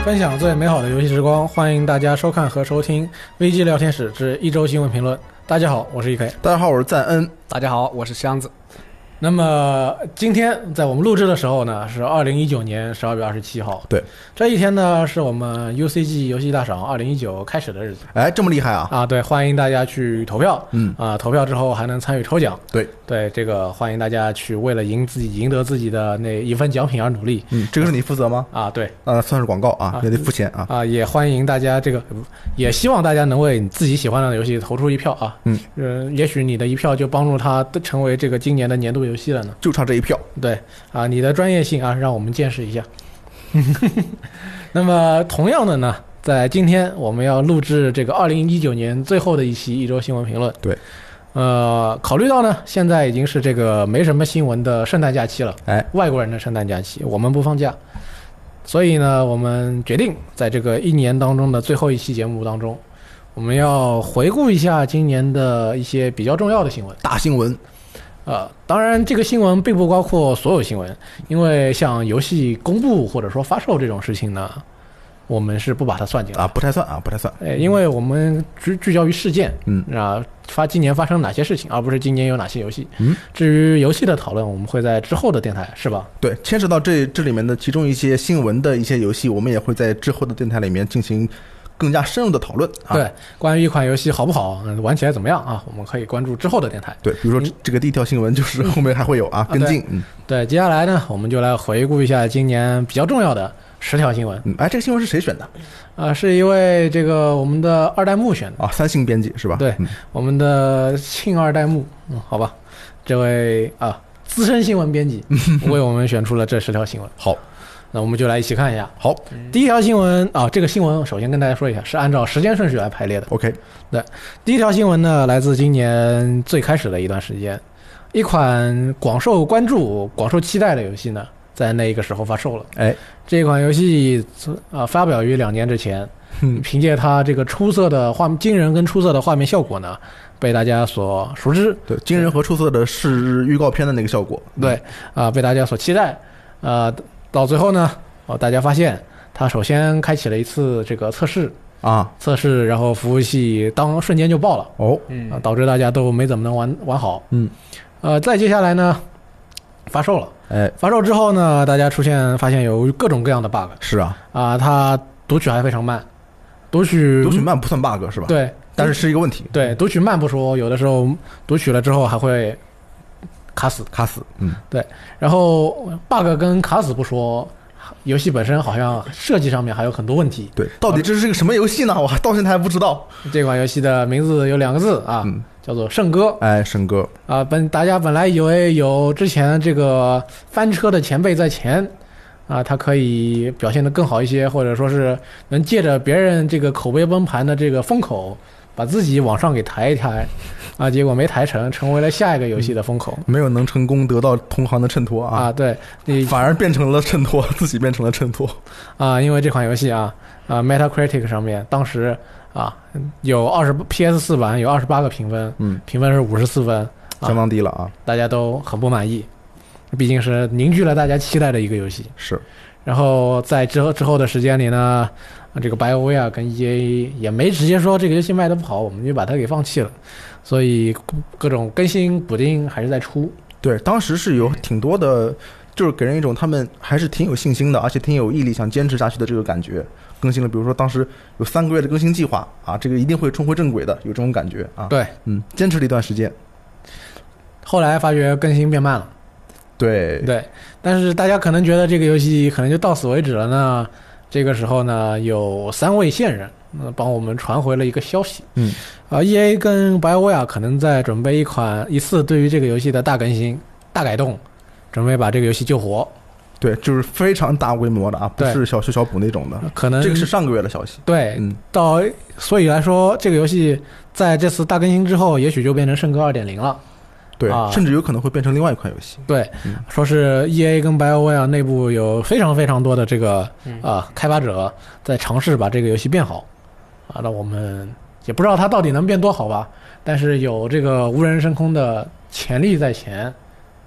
分享最美好的游戏时光，欢迎大家收看和收听 VG 聊天室之一周新闻评论。大家好，我是 EK。 大家好，我是赞恩。 大家好，我是箱子。 那么今天在我们录制的时候呢，是2019年12月27号。 对， 这一天呢是我们 UCG 游戏大赏2019开始的日子。 哎，这么厉害啊！ 啊，对，欢迎大家去投票。投票之后还能参与抽奖。对，这个欢迎大家去为了赢得自己的那一份奖品而努力。 这个是你负责吗？ 啊，对， 算是广告啊，也得付钱啊。 啊，也欢迎大家也希望大家能为你自己喜欢的游戏投出一票啊。也许你的一票就帮助它成为这个今年的年度游戏了呢。 就差这一票。 对啊，你的专业性啊，让我们见识一下。那么同样的呢，在今天我们要录制这个2019年最后的一期一周新闻评论。 对， 考虑到呢，现在已经是这个没什么新闻的圣诞假期了，外国人的圣诞假期，我们不放假，所以呢，我们决定在这个一年当中的最后一期节目当中，我们要回顾一下今年的一些比较重要的新闻， 大新闻。 当然这个新闻并不包括所有新闻，因为像游戏公布或者说发售这种事情呢，我们是不把它算进来啊，不太算。 因为我们聚焦于事件，今年发生哪些事情，而不是今年有哪些游戏。至于游戏的讨论，我们会在之后的电台，是吧？ 对，牵扯到这里面的其中一些新闻的一些游戏，我们也会在之后的电台里面进行更加深入的讨论啊。 对，关于一款游戏好不好，玩起来怎么样啊，我们可以关注之后的电台。 对，比如说这个第一条新闻就是后面还会有跟进。 对，接下来呢，我们就来回顾一下今年比较重要的10条新闻。 这个新闻是谁选的？ 是一位这个我们的二代目选的三星编辑是吧？ 对，我们的庆二代目，好吧，这位资深新闻编辑为我们选出了这10条新闻。 好， 那我们就来一起看一下。 好， 第一条新闻这个新闻首先跟大家说一下，是按照时间顺序来排列的。 OK， 对，第一条新闻呢，来自今年最开始的一段时间，一款广受关注、广受期待的游戏呢，在那个时候发售了。这款游戏发表于2年之前，凭借它这个惊人跟出色的画面效果呢，被大家所熟知。 对，惊人和出色的是预告片的那个效果。 对，被大家所期待。到最后呢，大家发现它首先开启了一次这个测试，然后服务器瞬间就爆了。导致大家都没怎么能玩好。再接下来呢，发售了。发售之后呢，大家发现有各种各样的 bug。 是它读取还非常慢，读取慢不算 bug 是吧？ 对， 但是一个问题。 对，读取慢不说，有的时候读取了之后还会卡死。对，然后 bug 跟卡死不说，游戏本身好像设计上面还有很多问题。 对，到底这是个什么游戏呢？我到现在还不知道。 这款游戏的名字有2个字叫做圣歌。 圣歌大家本来以为有之前这个翻车的前辈在前它可以表现得更好一些，或者说是能借着别人这个口碑崩盘的这个风口，把自己往上给抬一抬结果没抬成为了下一个游戏的风口， 没有能成功得到同行的衬托对， 反而变成了衬托，自己变成了衬托因为这款游戏Metacritic 上面当时有PS4 版有28个评分，评分是54分， 相当低了大家都很不满意，毕竟是凝聚了大家期待的一个游戏。 是，然后在之后的时间里呢，这个 BioWare 跟 EA 也没直接说这个游戏卖得不好，我们就把它给放弃了，所以各种更新补丁还是在出。 对，当时是有挺多的，就是给人一种他们还是挺有信心的，而且挺有毅力想坚持下去的这个感觉。更新了，比如说当时有3个月的更新计划这个一定会重回正轨的，有这种感觉对， 坚持了一段时间， 后来发觉更新变慢了。 对， 但是大家可能觉得这个游戏可能就到此为止了呢。这个时候呢，有3位线人帮我们传回了一个消息。EA 跟 BioWare 可能在准备一次对于这个游戏的大更新、大改动，准备把这个游戏救活。 对，就是非常大规模的不是小修小补那种的。 可能这个是上个月的消息。 对，所以来说，这个游戏在这次大更新之后，也许就变成圣歌 2.0 了。 对，甚至有可能会变成另外一款游戏。 对，说是 EA 跟 BioWare 内部有非常非常多的这个开发者在尝试把这个游戏变好那我们也不知道它到底能变多好吧，但是有这个无人升空的潜力在前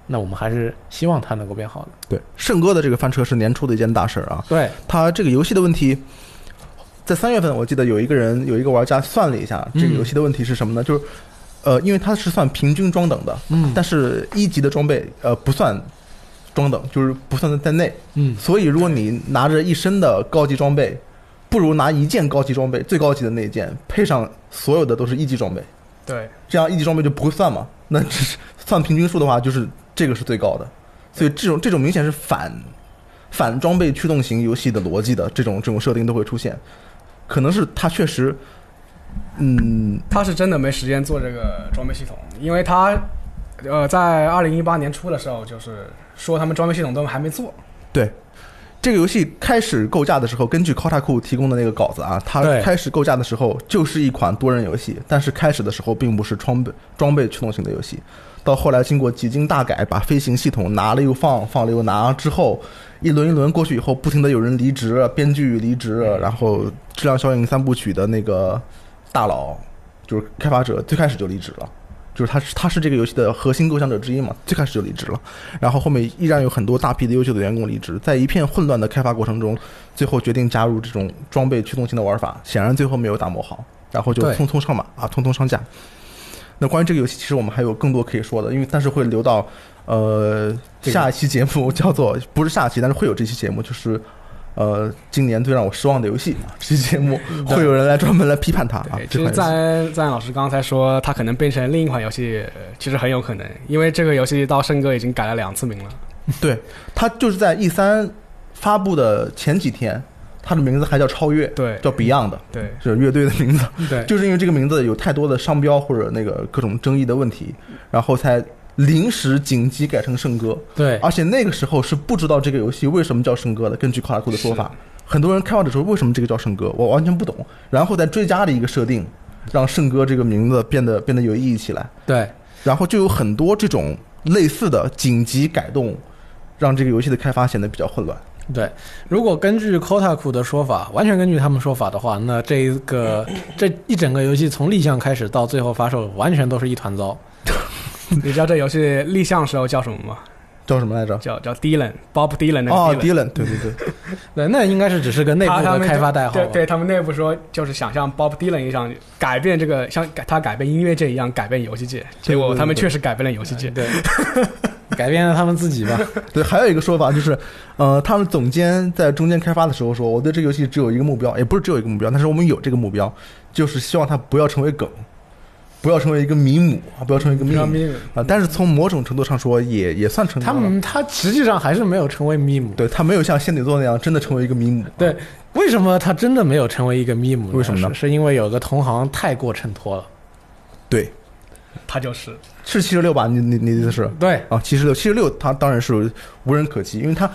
那我们还是希望它能够变好的。 对，圣歌的这个翻车是年初的一件大事啊。 对， 它这个游戏的问题，在3月份我记得有一个玩家算了一下，这个游戏的问题是什么呢？就是因为它是算平均装等的，但是1级的装备不算装等，就是不算在内。所以如果你拿着一身的高级装备，不如拿一件高级装备，最高级的那一件，配上所有的都是1级装备。 对， 这样1级装备就不会算嘛。那只是算平均数的话，就是这个是最高的。所以这种明显是反装备驱动型游戏的逻辑的这种设定都会出现。可能是他确实， 他是真的没时间做这个装备系统，因为他在2018年初的时候，就是说他们装备系统都还没做。 对，这个游戏开始构架的时候，根据 Kotaku 提供的那个稿子啊，它开始构架的时候就是一款多人游戏，但是开始的时候并不是装备驱动型的游戏。到后来经过几经大改，把飞行系统拿了又放，放了又拿之后，一轮一轮过去以后，不停的有人离职，编剧离职，然后质量效应3部曲的那个大佬，就是开发者，最开始就离职了。就是他是这个游戏的核心构想者之一嘛，最开始就离职了，然后后面依然有很多大批的优秀的员工离职，在一片混乱的开发过程中，最后决定加入这种装备驱动型的玩法，显然最后没有打磨好，然后就匆匆上马啊，匆匆上架。那关于这个游戏，其实我们还有更多可以说的，因为但是会留到下一期节目，叫做不是下期，但是会有这期节目，就是今年最让我失望的游戏这期节目会有人来专门来批判它啊。 其实赞老师刚才说他可能变成另一款游戏，其实很有可能，因为这个游戏到圣歌已经改了2次名了。 对，他就是在 E3 发布的前几天，他的名字还叫超越， 对， 叫 Beyond， 对， 是乐队的名字， 对， 就是因为这个名字有太多的商标或者那个各种争议的问题，然后才临时紧急改成圣歌。 对， 而且那个时候是不知道这个游戏为什么叫圣歌的，根据卡拉库的说法，很多人开发的时候为什么这个叫圣歌，我完全不懂，然后再追加了一个设定，让圣歌这个名字变得有意义起来。 对， 然后就有很多这种类似的紧急改动，让这个游戏的开发显得比较混乱。 对，如果根据 Kotaku 的说法，完全根据他们说法的话，那这一整个游戏从立项开始到最后发售，完全都是一团糟。 你知道这游戏立项时候叫什么吗？ 叫什么来着？ 叫 Dylan，Bob Dylan 那个 Dylan， 对对对， 对，那应该是只是个内部的开发代号。 对，他们内部说就是想像 Bob Dylan 一样改变这个，像他改变音乐界一样改变游戏界，结果他们确实改变了游戏界。 对。改变了他们自己吧。 对，还有一个说法就是，他们总监在中间开发的时候说，我对这个游戏只有一个目标，也不是只有一个目标，但是我们有这个目标，就是希望它不要成为梗，不要成为一个迷母啊，不要成为一个迷母啊。但是从某种程度上说，也算成功了。 他实际上还是没有成为迷母， 对，他没有像仙女座那样真的成为一个迷母。 对，为什么他真的没有成为一个迷母？ 为什么呢？ 是因为有个同行太过衬托了。 对。 他是 76吧？你的意思是？ 对啊，76，它当然是无人可及，因为它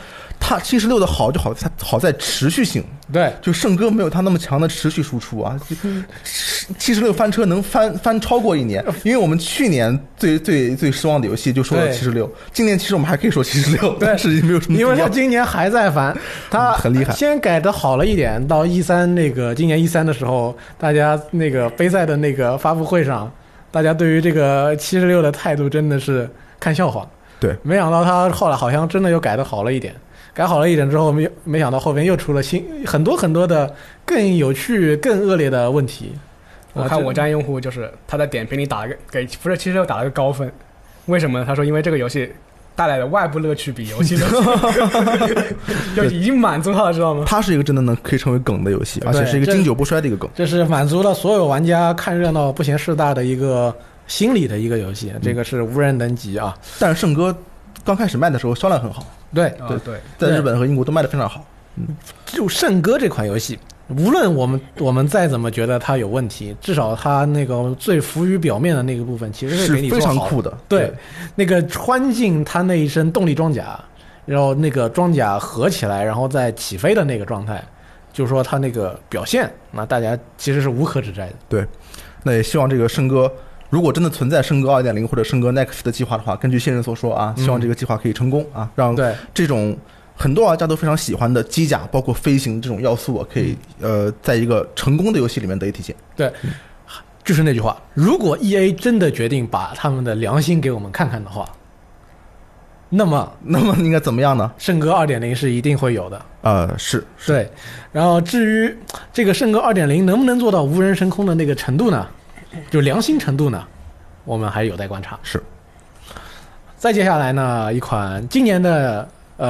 76的好就好在持续性。 对， 就圣歌没有它那么强的持续输出啊。76翻车能翻超过1年，因为我们去年最失望的游戏就说了76，今年其实我们还可以说76，但是没有什么， 因为他今年还在翻，他很厉害。 先改的好了一点，到E3今年E3的时候，大家那个杯赛的那个发布会上。大家对于这个76的态度真的是看笑话。 对， 没想到他后来好像真的又改得好了一点，改好了一点之后，没想到后边又出了很多的更有趣、更恶劣的问题。 我看我家用户就是他在点评里给不是76打了个高分，为什么？他说因为这个游戏带来的外部乐趣比游戏乐趣就已经满足他了，知道吗？ 它是一个真的可以成为梗的游戏，而且是一个经久不衰的一个梗。 这是满足了所有玩家看热闹不嫌事大的一个心理的一个游戏，这个是无人能及啊。 但是圣歌刚开始卖的时候销量很好， 对， 在日本和英国都卖得非常好。 就圣歌这款游戏，无论我们再怎么觉得它有问题，至少它那个最浮于表面的那个部分其实是给你做好非常酷的。 对，那个穿进它那一身动力装甲，然后那个装甲合起来，然后再起飞的那个状态，就是说它那个表现，那大家其实是无可指摘的。 对，那也希望这个圣歌，如果真的存在圣歌 2.0 或者圣歌 Next 的计划的话，根据现任所说啊，希望这个计划可以成功啊，让这种很多玩家都非常喜欢的机甲包括飞行这种要素可以在一个成功的游戏里面得以体现。 对，就是那句话，如果 EA 真的决定把他们的良心给我们看看的话， 那么应该怎么样呢？ 圣歌 2.0 是一定会有的。 是对。然后至于这个圣歌 2.0 能不能做到无人升空的那个程度呢，就良心程度呢，我们还有待观察。 是。 再接下来呢，一款今年的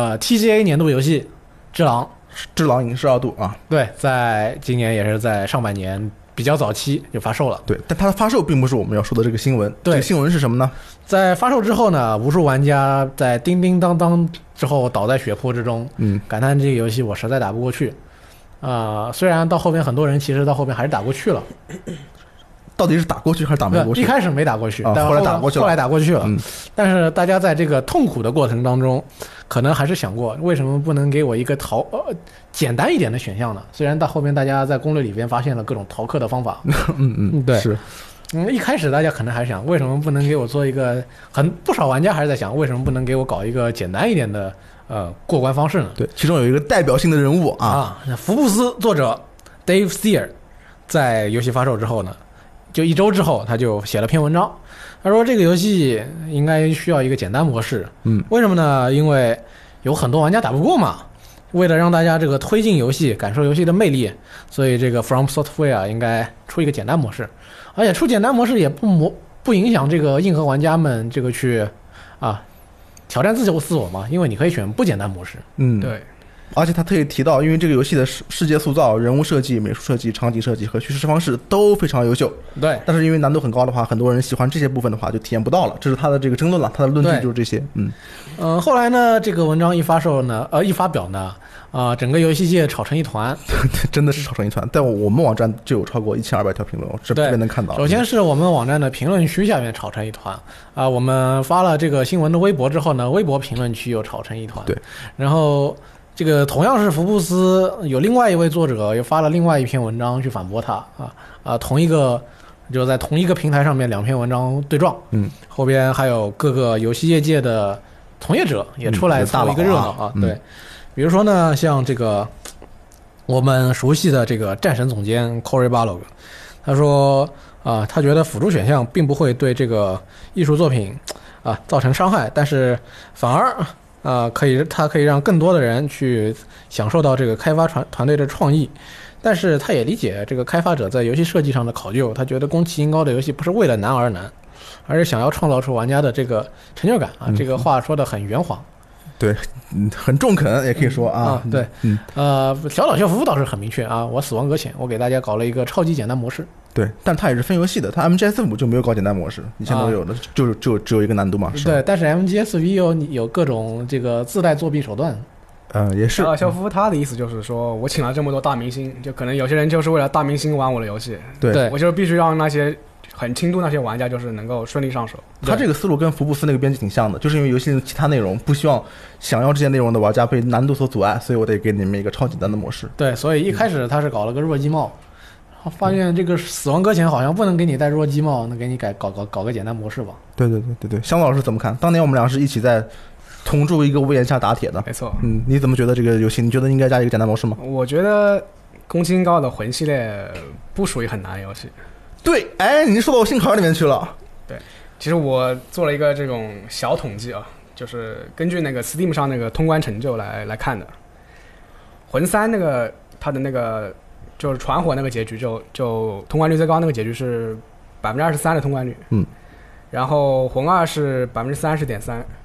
TGA 年度游戏《只狼》 影视2度啊， 对，在今年也是在上半年比较早期就发售了。 对，但它的发售并不是我们要说的这个新闻。 对， 这个新闻是什么呢？ 在发售之后呢，无数玩家在叮叮当当之后倒在血泊之中，感叹这个游戏我实在打不过去。虽然到后边很多人其实到后边还是打过去了。 到底是打过去还是打没过去？ 一开始没打过去，但后来打过去了。 后来打过去了。但是大家在这个痛苦的过程当中，可能还是想过，为什么不能给我一个简单一点的选项呢？虽然到后面大家在攻略里边发现了各种逃课的方法。对， 是。 一开始大家可能还想，为什么不能给我做一个不少玩家还是在想，为什么不能给我搞一个简单一点的过关方式呢？ 对，其中有一个代表性的人物福布斯作者 Dave Sear 在游戏发售之后呢，就1周之后他就写了篇文章，他说这个游戏应该需要一个简单模式。为什么呢？因为有很多玩家打不过嘛。为了让大家这个推进游戏，感受游戏的魅力，所以这个 From Software 应该出一个简单模式，而且出简单模式也不影响这个硬核玩家们这个去挑战自我嘛，因为你可以选不简单模式。 对。 而且他特意提到，因为这个游戏的世界塑造、人物设计、美术设计、场景设计和叙事方式都非常优秀。 对。 但是因为难度很高的话，很多人喜欢这些部分的话就体验不到了，这是他的这个争论了，他的论据就是这些。 后来呢，这个文章一发表呢，整个游戏界吵成一团。 真的是吵成一团。在我们网站就有超过1200条评论，这边能看到。 首先是我们网站的评论区下面吵成一团我们发了这个新闻的微博之后呢，微博评论区又吵成一团。 对。 然后这个同样是福布斯，有另外一位作者又发了另外一篇文章去反驳他就在同一个平台上面2篇文章对撞。后边还有各个游戏业界的从业者也出来凑一个热闹对，比如说呢，像这个我们熟悉的这个战神总监 Cory Barlog， 他说他觉得辅助选项并不会对这个艺术作品造成伤害，但是反而它可以让更多的人去享受到这个开发团队的创意，但是他也理解这个开发者在游戏设计上的考究，他觉得宫崎英高的游戏不是为了难而难，而是想要创造出玩家的这个成就感这个话说的很圆滑。 对，很中肯也可以说对，小岛秀夫倒是很明确我死亡搁浅，我给大家搞了一个超级简单模式。 对，但它也是分游戏的，它 MGS5 就没有搞简单模式，以前都有的，只有一个难度嘛。 对，但是 MGS5 有各种这个自带作弊手段。 也是。 小岛秀夫他的意思就是说，我请了这么多大明星，就可能有些人就是为了大明星玩我的游戏， 对， 我就必须让那些很轻度那些玩家就是能够顺利上手。 他这个思路跟福布斯那个编辑挺像的，就是因为游戏的其他内容不希望想要这些内容的玩家被难度所阻碍，所以我得给你们一个超简单的模式。 对，所以一开始他是搞了个弱鸡帽。发现这个死亡搁浅好像不能给你带弱鸡帽，那给你搞个简单模式吧。 对，香老师怎么看？当年我们俩是一起在同住一个屋檐下打铁的。 没错。 你怎么觉得这个游戏？你觉得应该加一个简单模式吗？ 我觉得宫崎英高的魂系列不属于很难的游戏。 对，你说到我心坎里面去了。 对，其实我做了一个这种小统计就是根据那个 Steam 上那个通关成就来看的。魂3那个它的那个就是传火那个结局就通关率最高那个结局是23%的通关率。然后魂2是30.3%。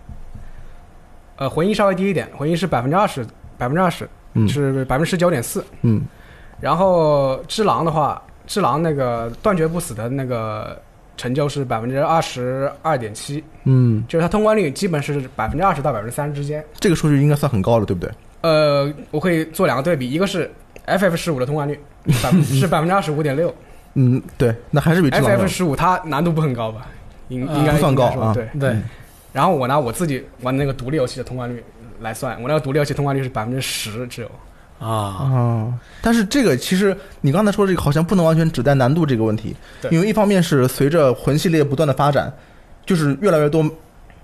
魂1稍微低一点，魂1是20%，是19.4%。然后只狼的话，只狼那个断绝不死的那个成就是22.7%。就是它通关率基本是20%到30%之间。 这个数据应该算很高了，对不对？ 我可以做2个对比，一个是 FF15 的通关率是25.6%。 对，那还是比只狼 FF15 它难度不很高吧？应该不算高对。然后我拿我自己玩那个独立游戏的通关率来算，我那个独立游戏通关率是10%只有。 但是这个其实你刚才说这个好像不能完全指代难度这个问题，因为一方面是随着魂系列不断的发展，就是越来越多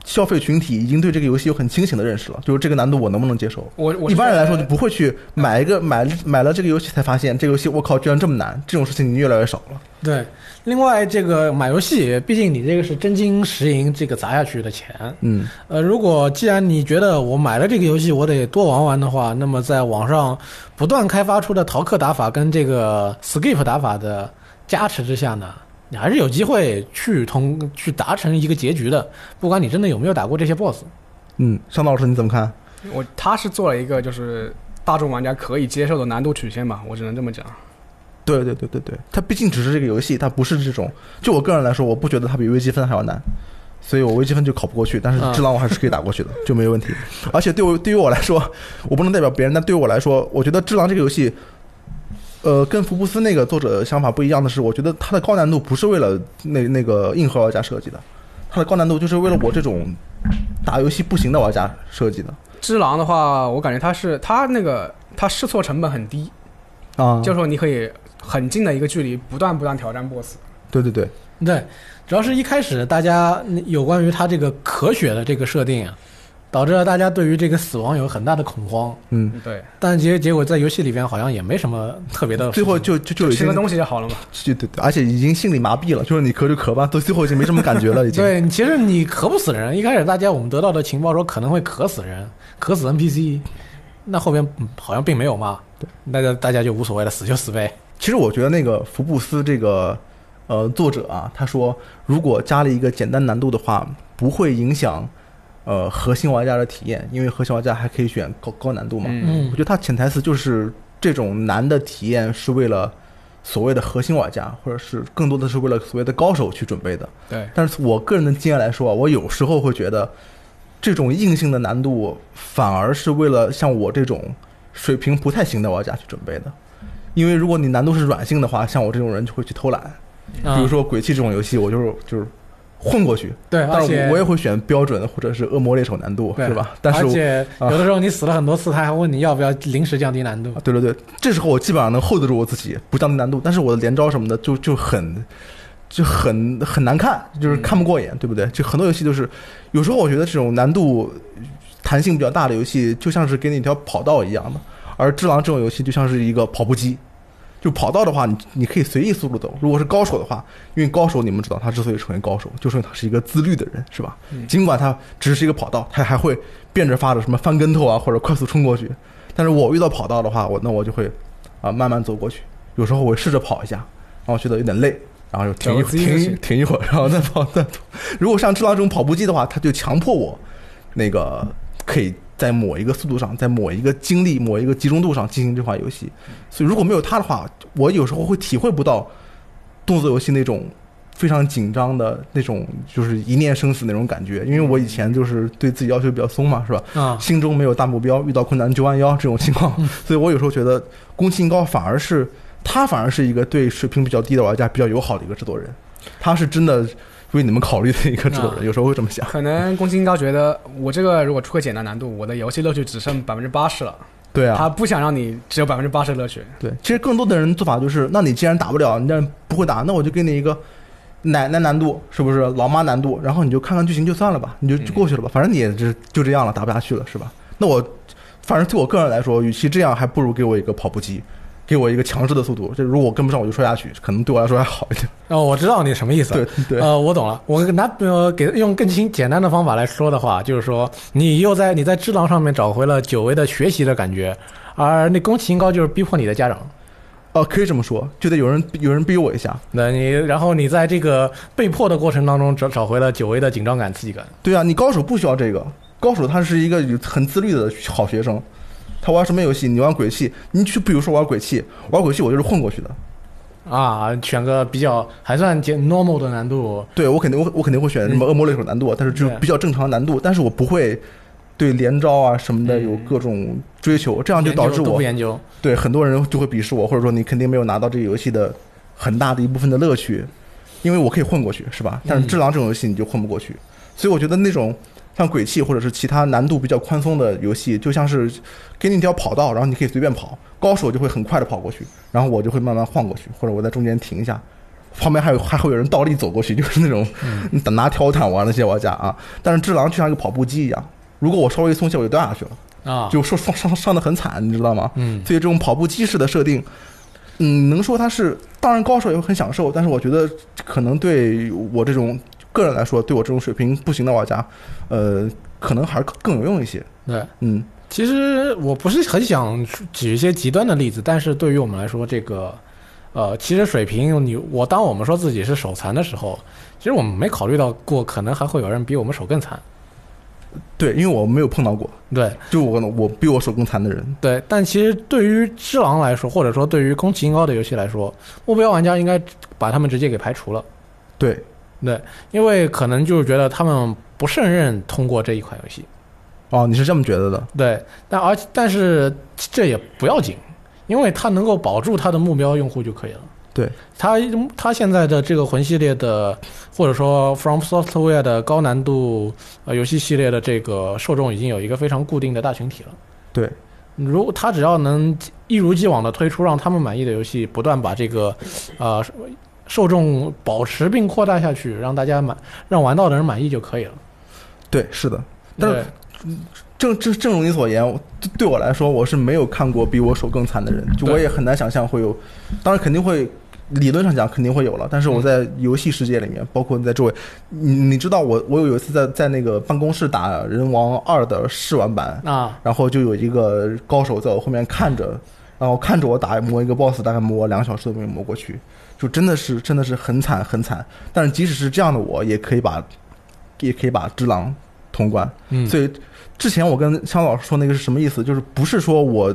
消费群体已经对这个游戏有很清醒的认识了，就是这个难度我能不能接受。我一般人来说就不会去买了这个游戏才发现这个游戏我靠居然这么难，这种事情越来越少了。 对，另外这个买游戏，毕竟你这个是真金实银这个砸下去的钱，如果既然你觉得我买了这个游戏我得多玩玩的话，那么在网上不断开发出的逃课打法跟这个 skip 打法的加持之下呢，你还是有机会去达成一个结局的，不管你真的有没有打过这些 BOSS。 尚老师你怎么看？ 他是做了一个就是大众玩家可以接受的难度曲线吧，我只能这么讲。 对，它毕竟只是这个游戏，它不是这种。就我个人来说，我不觉得它比微积分还要难，所以我微积分就考不过去。但是只狼我还是可以打过去的，就没有问题。而且对于我来说，我不能代表别人，但对于我来说，我觉得只狼这个游戏。跟福布斯那个作者想法不一样的是，我觉得它的高难度不是为了那个硬核玩家设计的，它的高难度就是为了我这种打游戏不行的玩家设计的。 只狼的话，我感觉它试错成本很低啊，就是说你可以很近的一个距离不断挑战 BOSS。 对， 主要是一开始大家有关于它这个可血的这个设定啊。导致了大家对于这个死亡有很大的恐慌， 对。 但结果在游戏里边好像也没什么特别的， 最后就吃个东西就好了嘛。 对，而且已经心理麻痹了，就是你咳就咳吧，到最后已经没什么感觉了，已经。 对，其实你咳不死人，一开始我们得到的情报说可能会咳死人，咳死 NPC， 那后边好像并没有嘛。 对， 那大家就无所谓了，死就死呗。 其实我觉得那个福布斯这个作者啊，他说如果加了一个简单难度的话，不会影响。核心玩家的体验，因为核心玩家还可以选高难度嘛。我觉得它潜台词就是这种难的体验是为了所谓的核心玩家，或者是更多的是为了所谓的高手去准备的。 对。 但是我个人的经验来说，我有时候会觉得这种硬性的难度反而是为了像我这种水平不太行的玩家去准备的。因为如果你难度是软性的话，像我这种人就会去偷懒。比如说鬼泣这种游戏，我就是混过去， 对， 但是我也会选标准或者是恶魔猎手难度，是吧？但是而且有的时候你死了很多次，他还问你要不要临时降低难度。 对，这时候我基本上能 hold 得住我自己，不降低难度，但是我的连招什么的就很难看，就是看不过眼，对不对？就很多游戏都是，有时候我觉得这种难度弹性比较大的游戏，就像是给你一条跑道一样的，而只狼这种游戏就像是一个跑步机。就跑道的话，你可以随意速度走。如果是高手的话，因为高手你们知道，他之所以成为高手，就是因为他是一个自律的人，是吧？尽管他只是一个跑道，他还会变着法的什么翻跟头啊，或者快速冲过去。但是我遇到跑道的话，我就会慢慢走过去。有时候我会试着跑一下，然后觉得有点累，然后就停一会儿，然后再跑。如果像只狼这种跑步机的话，他就强迫我那个可以。在某一个速度上，在某一个精力、某一个集中度上进行这款游戏，所以如果没有它的话，我有时候会体会不到动作游戏那种非常紧张的那种，就是一念生死那种感觉。因为我以前就是对自己要求比较松嘛，是吧？心中没有大目标，遇到困难就弯腰这种情况，所以我有时候觉得宫崎英高反而是一个对水平比较低的玩家比较友好的一个制作人，他是真的。为你们考虑的一个制作人，有时候会这么想。 可能宫崎英高觉得我这个如果出个简单难度，我的游戏乐趣只剩80%了。 对啊， 他不想让你只有80%的乐趣。 对，其实更多的人做法就是，那你既然打不了，你这样不会打，那我就给你一个奶奶难度，是不是老妈难度？然后你就看看剧情就算了吧，你就过去了吧，反正你也就这样了，打不下去了，是吧？那反正对我个人来说，与其这样，还不如给我一个跑步机。给我一个强制的速度，这如果我跟不上我就摔下去，可能对我来说还好一点。 我知道你什么意思。 对， 我懂了。我用更简单的方法来说的话，就是说你在只狼上面找回了久违的学习的感觉，而那宫崎英高就是逼迫你的家长。 可以这么说，就得有人逼我一下。 然后你在这个被迫的过程当中找回了久违的紧张感、刺激感。 对啊，你高手不需要这个，高手他是一个很自律的好学生。他玩什么游戏？你玩鬼泣，你去比如说玩鬼泣我就是混过去的。 选个比较还算normal 的难度。 对，我肯定会选什么恶魔猎手难度，但是就比较正常的难度，但是我不会对连招啊什么的有各种追求，这样就导致我不研究。 对，很多人就会鄙视我，或者说你肯定没有拿到这个游戏的很大的一部分的乐趣，因为我可以混过去，是吧？但是只狼这种游戏你就混不过去，所以我觉得那种。像鬼泣或者是其他难度比较宽松的游戏，就像是给你一条跑道，然后你可以随便跑，高手就会很快的跑过去，然后我就会慢慢晃过去，或者我在中间停一下， 旁边还会有人倒立走过去，就是那种拿跳毯玩那些玩家啊。但是只狼就像一个跑步机一样，如果我稍微一松懈我就掉下去了啊，就伤得很惨，你知道吗？所以这种跑步机式的设定，能说它是，当然高手也会很享受，但是我觉得可能对我这种个人来说，对我这种水平不行的玩家，可能还是更有用一些。 对，其实我不是很想举一些极端的例子，但是对于我们来说，这个其实水平当我们说自己是手残的时候，其实我们没考虑到过可能还会有人比我们手更残。 对，因为我没有碰到过。 对， 就我比我手更残的人。 对，但其实对于只狼来说，或者说对于宫崎英高的游戏来说，目标玩家应该把他们直接给排除了。 对， 因为可能就是觉得他们不胜任通过这一款游戏。 哦，你是这么觉得的？ 对，但是这也不要紧，因为他能够保住他的目标用户就可以了。 对， 他现在的这个魂系列的，或者说 From Software 的高难度游戏系列的这个受众已经有一个非常固定的大群体了。 对， 如果他只要能一如既往的推出让他们满意的游戏，不断把这个受众保持并扩大下去，让玩到的人满意就可以了。 对，是的，但是正如你所言，对我来说，我是没有看过比我手更残的人，就我也很难想象会有，当然肯定会，理论上讲肯定会有了，但是我在游戏世界里面，包括你在周围，你知道我有一次在那个办公室打人王2的试玩版啊，然后就有一个高手在我后面看着，然后看着我磨一个 boss， 大概磨2小时都没有磨过去，就真的是很惨很惨。但是即使是这样的我，也可以把只狼通关。所以之前我跟香老师说那个是什么意思，就是不是说我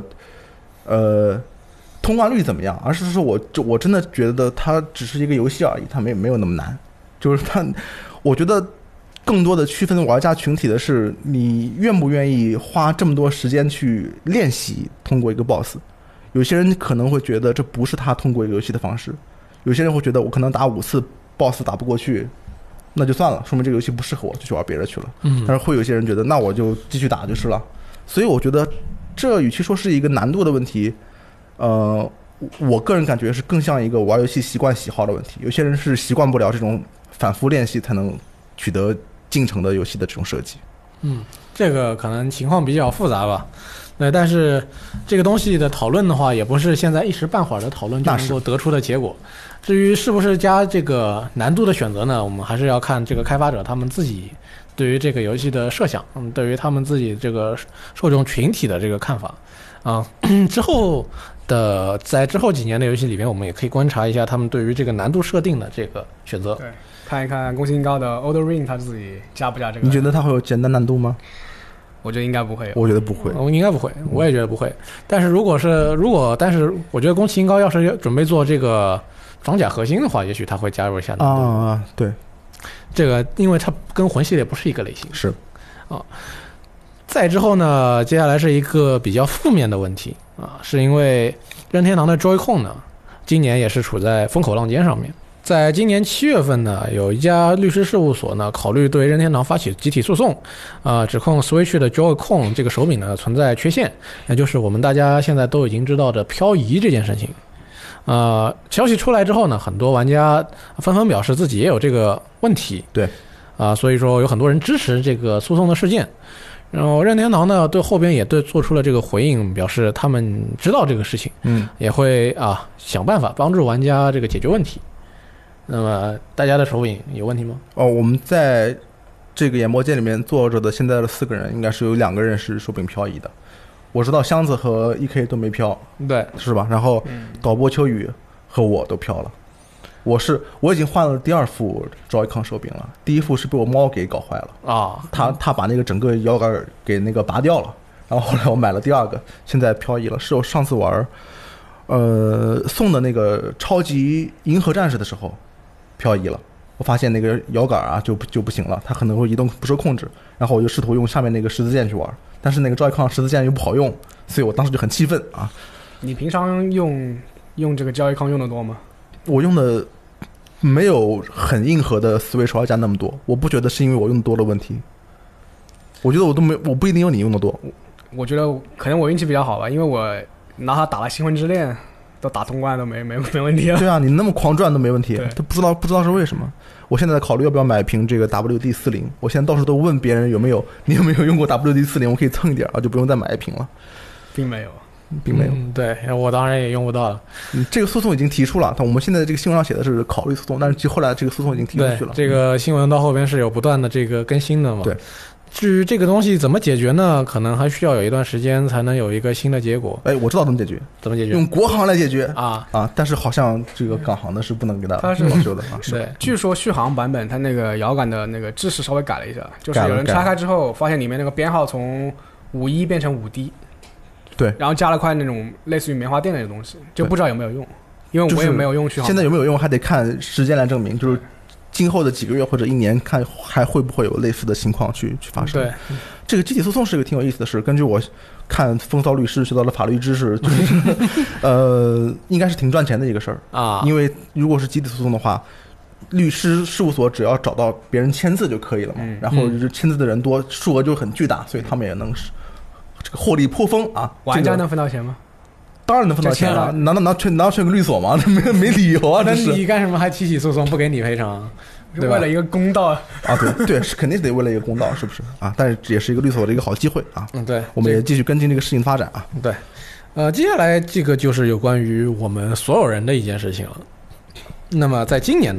通关率怎么样，而是说我真的觉得它只是一个游戏而已，它没有那么难。就是我觉得更多的区分玩家群体的是你愿不愿意花这么多时间去练习通过一个 boss。有些人可能会觉得这不是他通过一个游戏的方式，有些人会觉得我可能打5次 boss 打不过去，那就算了，说明这个游戏不适合我，就去玩别的去了。但是会有些人觉得那我就继续打就是了。所以我觉得这与其说是一个难度的问题，我个人感觉是更像一个玩游戏习惯喜好的问题。有些人是习惯不了这种反复练习才能取得进程的游戏的这种设计。 这个可能情况比较复杂吧。对，但是这个东西的讨论的话，也不是现在一时半会儿的讨论就能够得出的结果。至于是不是加这个难度的选择呢，我们还是要看这个开发者他们自己对于这个游戏的设想，对于他们自己这个受众群体的这个看法啊。在之后几年的游戏里面，我们也可以观察一下他们对于这个难度设定的这个选择。 对，看一看宫崎英高的 Elden Ring 他自己加不加这个。 你觉得他会有简单难度吗？ 我觉得应该不会。 我觉得不会， 应该不会，我也觉得不会。但是但是我觉得宫崎英高要是准备做这个装甲核心的话，也许他会加入一下难度啊。对， 这个因为它跟魂系列不是一个类型。 是啊。再之后呢，接下来是一个比较负面的问题啊，是因为任天堂的 Joy-Con 呢，今年也是处在风口浪尖上面。在今年7月份呢，有一家律师事务所呢考虑对任天堂发起集体诉讼，指控 Switch 的 Joy-Con 这个手柄呢存在缺陷，也就是我们大家现在都已经知道的漂移这件事情。消息出来之后呢，很多玩家纷纷表示自己也有这个问题。 对， 所以说有很多人支持这个诉讼的事件。然后任天堂呢对后边也做出了这个回应，表示他们知道这个事情，也会想办法帮助玩家这个解决问题。那么大家的手柄有问题吗？ 我们在这个演播间里面坐着的现在的4个人，应该是有2个人是手柄漂移的。我知道箱子和 EK 都没漂， 对，是吧？然后导播秋雨和我都漂了。我已经换了第2副 Joy-Con 手柄了，第1副是被我猫给搞坏了啊，他把那个整个摇杆给那个拔掉了，然后后来我买了第2个，现在漂移了。是我上次玩送的那个超级银河战士的时候漂移了，我发现那个摇杆就不行了，它可能会移动不受控制，然后我就试图用下面那个十字键去玩，但是那个 Joy-Con 十字键又不好用，所以我当时就很气愤啊。 你平常用这个 Joy-Con 用的多吗？ 我用的没有很硬核的Switch玩家那么多，我不觉得是因为我用的多的问题，我觉得我不一定有你用的多。 我觉得可能我运气比较好吧，因为我拿它打了《星魂之恋》 都打通关都没问题了。 对啊，你那么狂转都没问题，都不知道是为什么。我现在在考虑要不要买瓶这个 WD-40，我现在到处都问别人你有没有用过 WD-40，我可以蹭一点啊，就不用再买一瓶了。 并没有。 对，我当然也用不到了。 这个诉讼已经提出了，但我们现在这个新闻上写的是考虑诉讼，但是后来这个诉讼已经提出去了。 这个新闻到后边是有不断的这个更新的嘛？ 对。 至于这个东西怎么解决呢？可能还需要有一段时间才能有一个新的结果。 我知道怎么解决，用国行来解决啊！但是好像这个港行的是不能给它保修的啊。 对， 据说续航版本它那个摇杆的那个制式稍微改了一下，就是有人拆开之后发现里面那个编号从51变成5D。 对， 然后加了块那种类似于棉花垫的东西，就不知道有没有用，因为我也没有用续航。 现在有没有用还得看时间来证明，就是今后的几个月或者1年，看还会不会有类似的情况去发生。 对， 这个集体诉讼是一个挺有意思的事。根据我看风骚律师学到的法律知识，就是应该是挺赚钱的一个事儿啊。因为如果是集体诉讼的话，律师事务所只要找到别人签字就可以了嘛，然后签字的人多，数额就很巨大，所以他们也能这个获利颇丰啊！ 玩家能分到钱吗？ 当然能分到钱了，难道圈个律所吗？没理由啊！ 那你干什么还提起诉讼不给你赔偿？ 对吧？为了一个公道啊！ 对，是肯定得为了一个公道，是不是啊？但是也是一个律所的一个好机会啊！ 对， 我们也继续跟进这个事情发展啊！ 对，接下来这个就是有关于我们所有人的一件事情了。那么在今年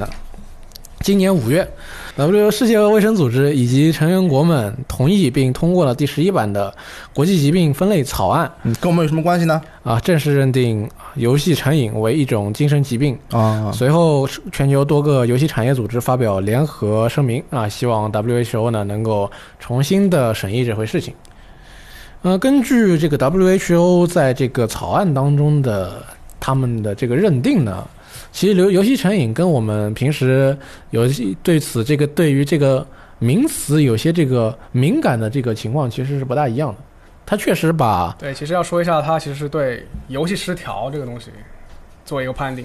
5月，WHO 世界卫生组织以及成员国们同意并通过了第11版的国际疾病分类草案。 跟我们有什么关系呢？ 正式认定游戏成瘾为一种精神疾病啊。随后，全球多个游戏产业组织发表联合声明希望 WHO 呢能够重新的审议这回事情。根据这个 WHO 在这个草案当中的他们的这个认定呢。其实游戏成瘾跟我们平时对于这个名词有些这个敏感的这个情况其实是不大一样的。它确实对，其实要说一下，它其实是对游戏失调这个东西做一个判定，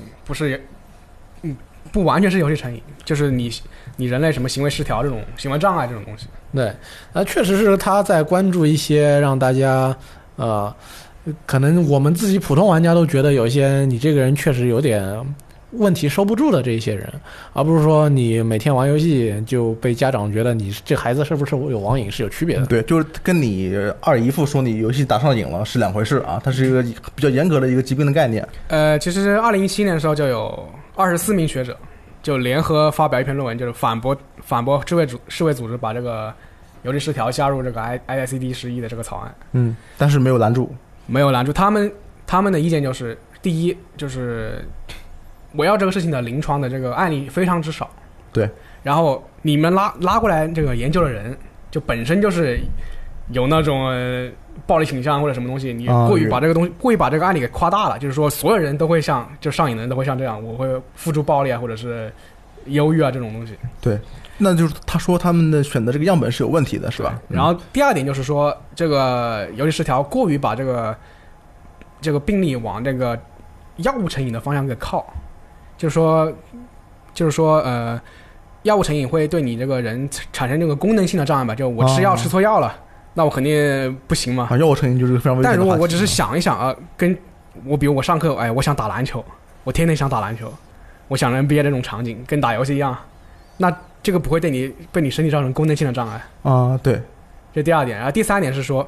不完全是游戏成瘾，就是你人类什么行为失调这种行为障碍这种东西。 对，确实是他在关注一些让大家可能我们自己普通玩家都觉得有一些你这个人确实有点问题收不住的这一些人，而不是说你每天玩游戏就被家长觉得你这孩子是不是有网瘾是有区别的。 对，就是跟你二姨夫说你游戏打上瘾了是两回事啊，它是一个比较严格的一个疾病的概念。 其实2017年的时候就有24名学者就联合发表一篇论文，就是反驳世卫组织把这个游戏失调加入这个 ICD-11的这个草案。 但是没有拦住他们的意见就是，第一就是围绕这个事情的临床的这个案例非常之少。 对， 然后你们拉过来这个研究的人，就本身就是有那种暴力倾向或者什么东西，你过于把这个案例给夸大了，就是说所有人都会就上瘾的人都会像这样，我会付诸暴力或者是忧郁这种东西。 对，那就是他说他们的选择这个样本是有问题的，是吧？ 然后第二点就是说，这个游戏失调过于把这个病例往这个药物成瘾的方向给靠，就是说药物成瘾会对你这个人产生这个功能性的障碍吧？就我吃药吃错药了，那我肯定不行嘛。 药物成瘾就是非常危险的。 但如果我只是想一想比如我上课，我想打篮球，我天天想打篮球，我想 NBA 这种场景跟打游戏一样，那这个不会对你身体造成功能性的障碍对， 这第二点。然后第三点是说，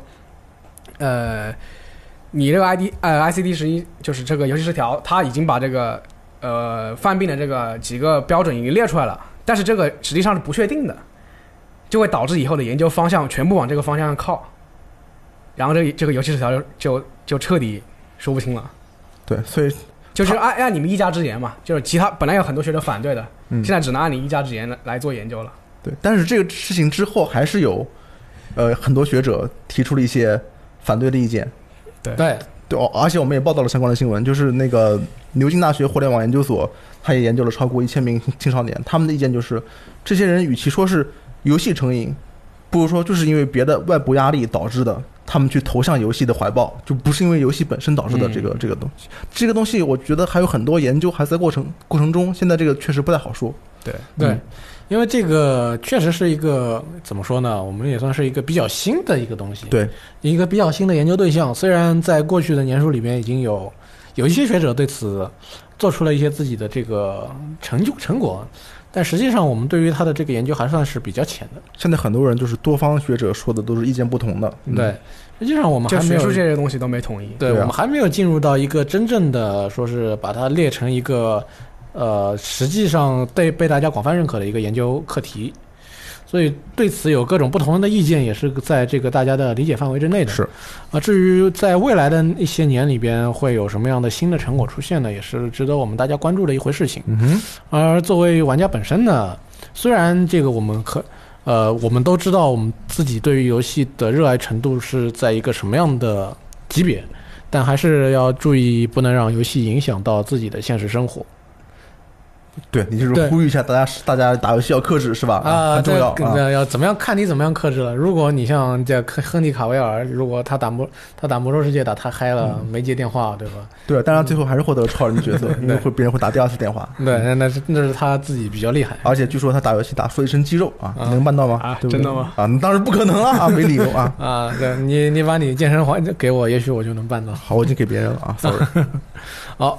你这个ICD-11就是这个游戏失调，它已经把这个犯病的这个几个标准已经列出来了，但是这个实际上是不确定的，就会导致以后的研究方向全部往这个方向靠，然后这个游戏失调就彻底说不清了。 对，所以就是按你们一家之言嘛，就是其他本来有很多学者反对的，现在只能按你一家之言来做研究了。 对，但是这个事情之后还是有很多学者提出了一些反对的意见。 对， 而且我们也报道了相关的新闻，就是那个牛津大学互联网研究所，他也研究了超过1000名青少年，他们的意见就是，这些人与其说是游戏成瘾，不如说就是因为别的外部压力导致的，他们去投向游戏的怀抱，就不是因为游戏本身导致的这个东西。这个东西我觉得还有很多研究还在过程中，现在这个确实不太好说。 对，因为这个确实是一个怎么说呢？我们也算是一个比较新的一个东西， 对， 一个比较新的研究对象。虽然在过去的年数里面已经有有一些学者对此做出了一些自己的这个成果，但实际上我们对于他的这个研究还算是比较浅的。 现在很多人就是多方学者说的都是意见不同的， 对，实际上我们还没有学术界的东西都没统一。 对，我们还没有进入到一个真正的说是把它列成一个实际上被大家广泛认可的一个研究课题。所以对此有各种不同的意见，也是在这个大家的理解范围之内的。 是至于在未来的一些年里边会有什么样的新的成果出现呢，也是值得我们大家关注的一回事情。而作为玩家本身呢，虽然这个我们都知道我们自己对于游戏的热爱程度是在一个什么样的级别，但还是要注意不能让游戏影响到自己的现实生活。 对，你就是呼吁一下大家打游戏要克制是吧？很重要要怎么样看你怎么样克制了。如果你像这亨利卡维尔，如果他打魔兽世界打太嗨了，没接电话，对吧？ 对，当然最后还是获得了超人角色，因为别人会打第二次电话。 对，那是他自己比较厉害。 而且据说他打游戏说一身肌肉啊，能办到吗？对不对？ 真的吗？ 当然不可能了啊，没理由啊。 对，你把你健身环给我，也许我就能办到。 好，我已经给别人了啊 ，sorry。 好。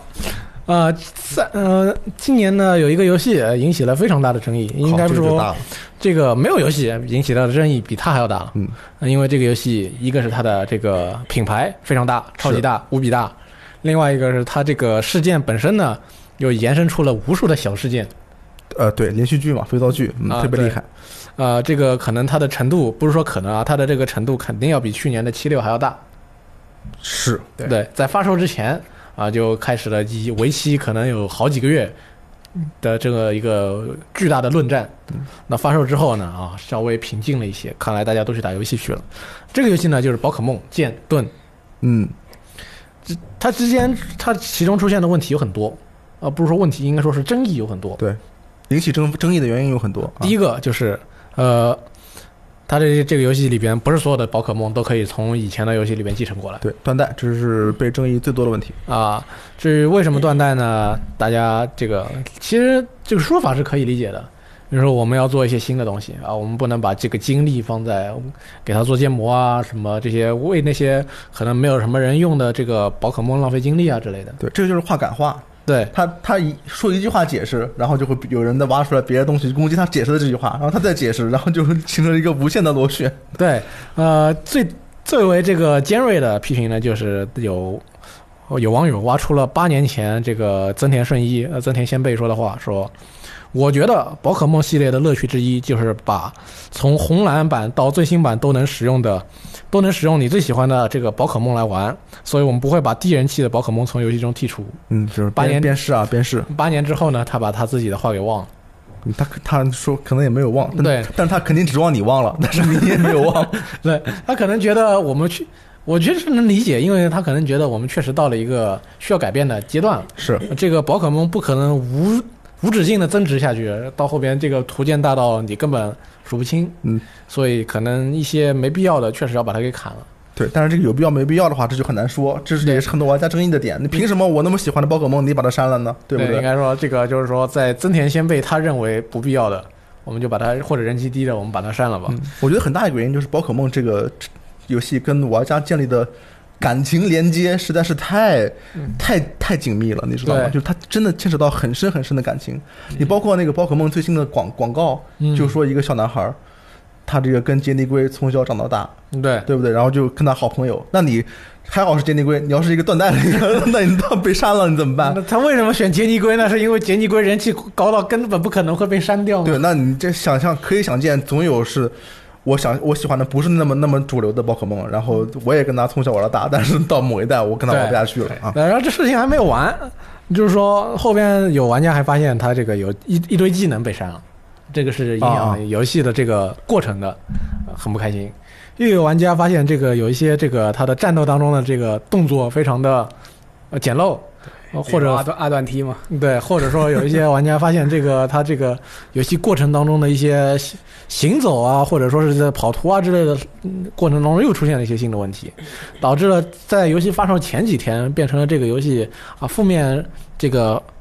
今年呢有一个游戏引起了非常大的争议，应该说这个没有游戏引起的争议比它还要大了。因为这个游戏一个是它的这个品牌非常大，超级大，无比大；另外一个是它这个事件本身呢又延伸出了无数的小事件。 对，连续剧嘛，肥皂剧，特别厉害。 这个可能它的程度不是说可能啊，它的这个程度肯定要比去年的76还要大。 是， 对，在发售之前。就开始了为期可能有好几个月的这个一个巨大的论战。那发售之后呢，稍微平静了一些，看来大家都去打游戏去了。这个游戏呢，就是宝可梦剑盾。它其中出现的问题有很多，不是说问题，应该说是争议有很多。 对，引起争议的原因有很多。 第一个就是它的这个游戏里边不是所有的宝可梦都可以从以前的游戏里边继承过来。 对，断代，这是被争议最多的问题至于为什么断代呢？大家其实这个说法是可以理解的。比如说我们要做一些新的东西我们不能把这个精力放在给它做建模什么这些，为那些可能没有什么人用的这个宝可梦浪费精力之类的。 对，这个就是话赶话。 对， 他说一句话解释，然后就会有人再挖出来别的东西攻击他解释的这句话，然后他再解释，然后就形成一个无限的螺旋。 对，最为这个尖锐的批评呢，就是有网友挖出了8年前这个增田顺一增田先辈说的话，说我觉得宝可梦系列的乐趣之一就是把从红蓝版到最新版都能使用你最喜欢的这个宝可梦来玩，所以我们不会把低人气的宝可梦从游戏中剔除。 就是边试。 8年之后呢，他把他自己的话给忘了。 他说可能也没有忘， 对， 但他肯定指望你忘了，但是你也没有忘。 对，他可能觉得我觉得是能理解，因为他可能觉得我们确实到了一个需要改变的阶段了。 是， 这个宝可梦不可能无止境的增值下去，到后边这个图鉴大到你根本数不清。所以可能一些没必要的确实要把它给砍了。 对，但是这个有必要没必要的话，这就很难说，这也是很多玩家争议的点。你凭什么我那么喜欢的宝可梦你把它删了呢？对不对？ 应该说这个就是说，在增田先辈他认为不必要的，我们就把它，或者人气低的我们把它删了吧。 我觉得很大一个原因就是宝可梦这个游戏跟玩家建立的感情连接实在是太紧密了，你知道吗？就是它真的牵扯到很深很深的感情。你包括那个宝可梦最新的广告，就说一个小男孩，他这个跟杰尼龟从小长到大，对不对？然后就跟他好朋友。那你还好是杰尼龟，你要是一个断代的一个，那你到被删了你怎么办？ 那他为什么选杰尼龟呢？是因为杰尼龟人气高到根本不可能会被删掉吗？ 对，那你这可以想见，总有是我喜欢的不是那么主流的宝可梦，然后我也跟他从小玩到大，但是到某一代我跟他玩不下去了啊。 然后这事情还没有完，就是说后边有玩家还发现他这个有一堆技能被删了。这个是影响游戏的这个过程的，很不开心。又有玩家发现这个有一些这个他的战斗当中的这个动作非常的简陋，或者二段踢嘛， 对，或者说有一些玩家发现这个他这个游戏过程当中的一些行走或者说是在跑图之类的过程当中又出现了一些新的问题，导致了在游戏发售前几天变成了这个游戏负面这个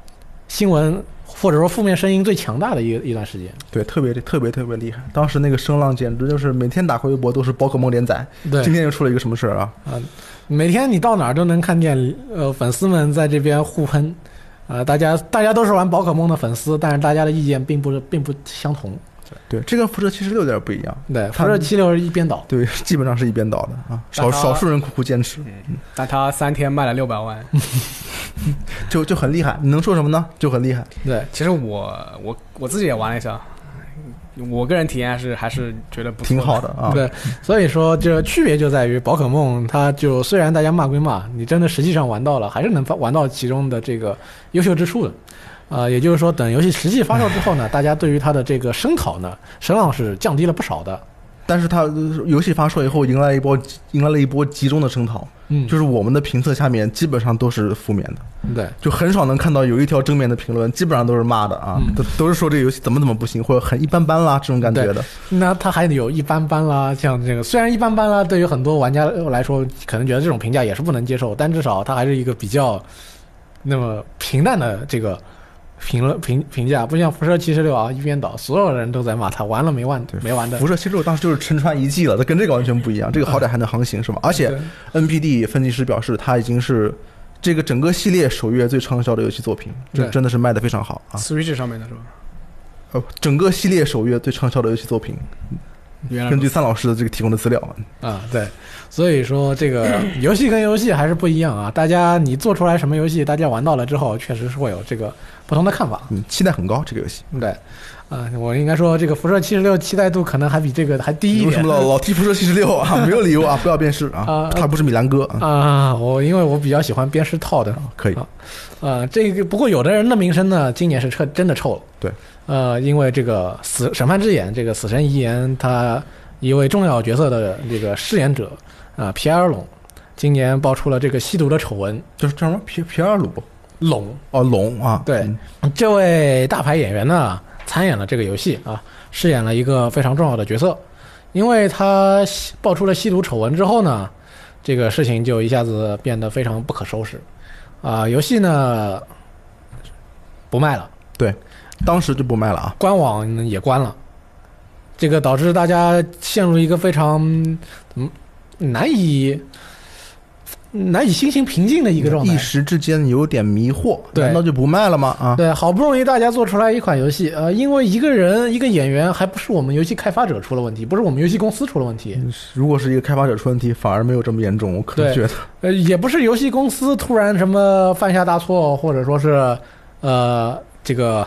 新闻或者说负面声音最强大的一段时间。 对，特别厉害。当时那个声浪简直就是每天打开微博都是宝可梦连载。 对， 今天又出了一个什么事啊？ 每天你到哪儿都能看见粉丝们在这边互喷。大家都是玩宝可梦的粉丝，但是大家的意见并不相同。 对，这跟辐射76有点不一样。 对，辐射76是一边倒。 对，基本上是一边倒的啊，少数人苦苦坚持。 但他3天卖了600万， 就很厉害。你能说什么呢？就很厉害。 对， 其实我自己也玩了一下。我个人体验还是觉得不错， 挺好的啊。 对，所以说这区别就在于宝可梦，它就虽然大家骂归骂，你真的实际上玩到了，还是能玩到其中的这个优秀之处的。也就是说，等游戏实际发售之后呢，大家对于它的这个声浪是降低了不少的。 但是它游戏发售以后迎来了一波集中的声讨。就是我们的评测下面基本上都是负面的。 对， 就很少能看到有一条正面的评论，基本上都是骂的啊，都是说这个游戏怎么不行，或者很一般般啦这种感觉的。 那它还有一般般啦，像这个虽然一般般啦，对于很多玩家来说，可能觉得这种评价也是不能接受，但至少它还是一个比较那么平淡的这个评价，不像辐射76啊，一边倒，所有人都在骂他玩了没完的。 辐射76当时就是沉船一季了，它跟这个完全不一样，这个好歹还能航行是吧？而且 NPD 分析师表示，它已经是这个整个系列首月最畅销的游戏作品，这真的是卖得非常好啊。 Switch 上面的是吧？ 整个系列首月最畅销的游戏作品。根据3老师的这个提供的资料啊，对，所以说这个游戏跟游戏还是不一样啊。大家你做出来什么游戏，大家玩到了之后，确实是会有这个不同的看法。 期待很高这个游戏。 对，我应该说这个辐射76期待度可能还比这个还低一点。 为什么老提辐射76啊？没有理由啊，不要辨识啊，他不是米兰哥啊。因为我比较喜欢辨识套的， 可以。 这个不过有的人的名声呢，今年是真的臭了。 对。 因为这个审判之眼，这个死神遗言，他一位重要角色的这个饰演者皮埃尔龙，今年爆出了这个吸毒的丑闻。 就是叫什么皮埃尔龙啊？ 对，这位大牌演员呢，参演了这个游戏啊，饰演了一个非常重要的角色。因为他爆出了吸毒丑闻之后呢，这个事情就一下子变得非常不可收拾游戏呢不卖了。 对。当时就不卖了啊， 官网也关了，这个导致大家陷入一个非常难以心情平静的一个状态， 一时之间有点迷惑。 对， 难道就不卖了吗？啊， 对，好不容易大家做出来一款游戏，因为一个演员，还不是我们游戏开发者出了问题，不是我们游戏公司出了问题。 如果是一个开发者出问题，反而没有这么严重，我可能觉得， 也不是游戏公司突然什么犯下大错，或者说是这个。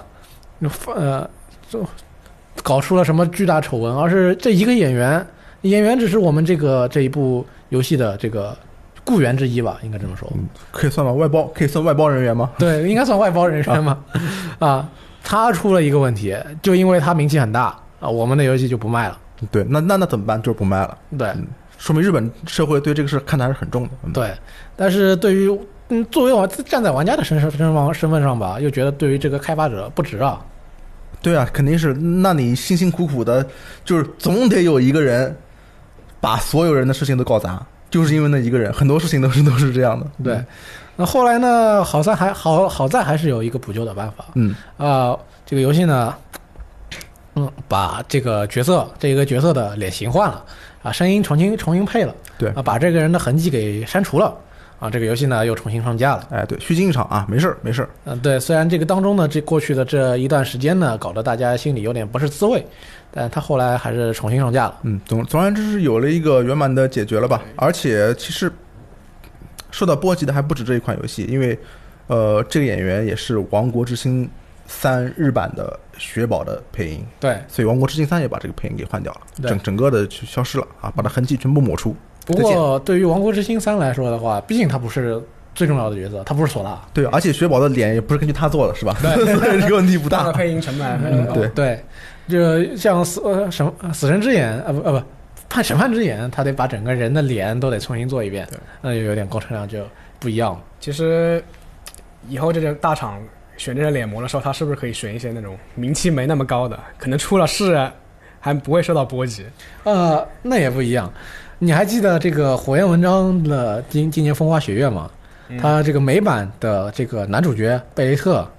搞出了什么巨大丑闻，而是这一个演员只是我们这一部游戏的这个雇员之一吧，应该这么说。 可以算吧，可以算外包人员吗？ 对，应该算外包人员吗？他出了一个问题，就因为他名气很大我们的游戏就不卖了。 对，那怎么办？就是不卖了。 对， 说明日本社会对这个事看得还是很重的。 对，但是对于作为站在玩家的身份上吧，又觉得对于这个开发者不值啊。 对啊，肯定是。那你辛辛苦苦的，就是总得有一个人把所有人的事情都搞砸，就是因为那一个人，很多事情都是这样的。 对，那后来呢，好在还是有一个补救的办法。这个游戏呢，把这个角色的脸型换了声音重新配了。 对把这个人的痕迹给删除了。这个游戏呢又重新上架了。 对，虚惊一场啊，没事。 对，虽然这个当中呢，过去的这一段时间呢，搞得大家心里有点不是滋味，但他后来还是重新上架了。 总而言之是有了一个圆满的解决了吧。而且其实受到波及的还不止这一款游戏，因为这个演员也是《王国之心3》日版的雪宝的配音。 对， 所以《王国之心3》也把这个配音给换掉了，整个的就消失了把它痕迹全部抹除。 不过对于《王国之心3》来说的话，毕竟他不是最重要的角色，他不是索拉。 对，而且雪宝的脸也不是根据他做的，是吧？对，这个问题不大。 配音成本对，就像死神之眼审判之眼，他得把整个人的脸都得重新做一遍，那就有点工程量就不一样了。 其实以后这种大厂选这些脸模的时候，他是不是可以选一些那种名气没那么高的，可能出了事还不会受到波及？ 那也不一样。你还记得这个火焰文章的今年风花雪月吗？他这个美版的这个男主角贝雷特，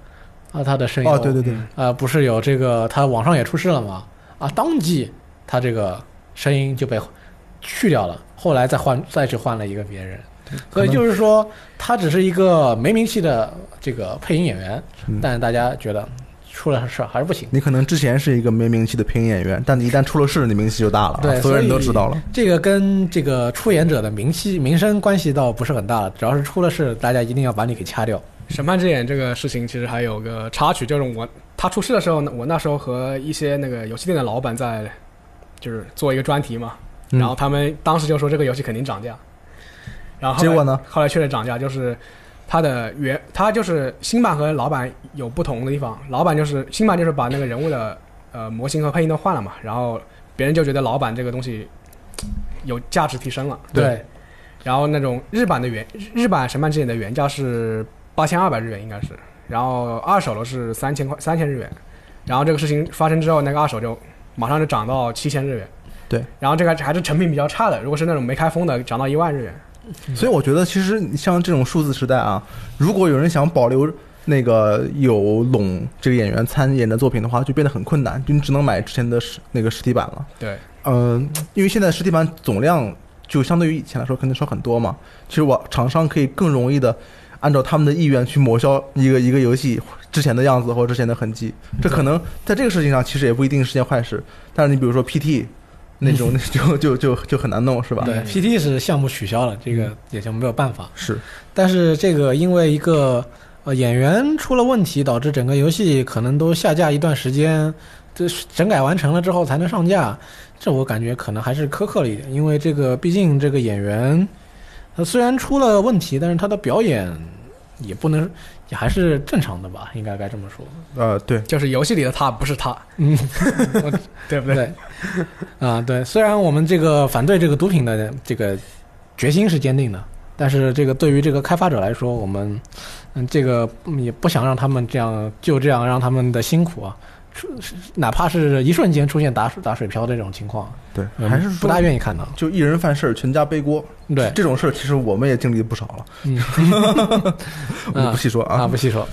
啊，他的声优对， 不是有这个，他网上也出事了嘛？啊，当即他这个声音就被去掉了，后来再去换了一个别人，所以就是说他只是一个没名气的这个配音演员，但大家觉得出了事还是不行。 你可能之前是一个没名气的配音演员，但你一旦出了事，你名气就大了， 对， 所有人都知道了。 这个跟这个出演者的名声关系倒不是很大，只要是出了事，大家一定要把你给掐掉。 审判之眼这个事情其实还有个插曲，就是他出事的时候，我那时候和一些那个游戏店的老板在就是做一个专题嘛，然后他们当时就说这个游戏肯定涨价，然后结果呢？ 后来确实涨价，就是它就是新版和老版有不同的地方，老版就是新版就是把那个人物的模型和配音都换了嘛，然后别人就觉得老版这个东西有价值提升了， 对。 然后那种日版审判之眼的原价是8200日元应该是，然后二手的是3000日元，然后这个事情发生之后，那个二手就马上就涨到7000日元， 对， 然后这个还是成品比较差的，如果是那种没开封的，涨到1万日元。 所以我觉得其实像这种数字时代啊，如果有人想保留那个有拢这个演员参演的作品的话，就变得很困难，就你只能买之前的那个实体版了。 对， 因为现在实体版总量就相对于以前来说肯定少很多嘛，其实厂商可以更容易的按照他们的意愿去抹消一个游戏之前的样子或者之前的痕迹，这可能在这个事情上其实也不一定是件坏事。但是你比如说 PT 那种就很难弄，是吧？ 对 ，PT 是项目取消了，这个也就没有办法。 是， 但是这个因为一个演员出了问题，导致整个游戏可能都下架一段时间，这整改完成了之后才能上架，这我感觉可能还是苛刻了一点，因为这个毕竟这个演员他虽然出了问题，但是他的表演也还是正常的吧，应该这么说。 对， 就是游戏里的他不是他，对不对？ 对，虽然我们这个反对这个毒品的这个决心是坚定的，但是这个对于这个开发者来说，我们这个也不想让他们就这样让他们的辛苦啊，哪怕是一瞬间出现打水漂的这种情况， 对，还是不大愿意看到。 就一人犯事全家背锅， 对， 这种事其实我们也经历不少了。我不细说啊， 不细说。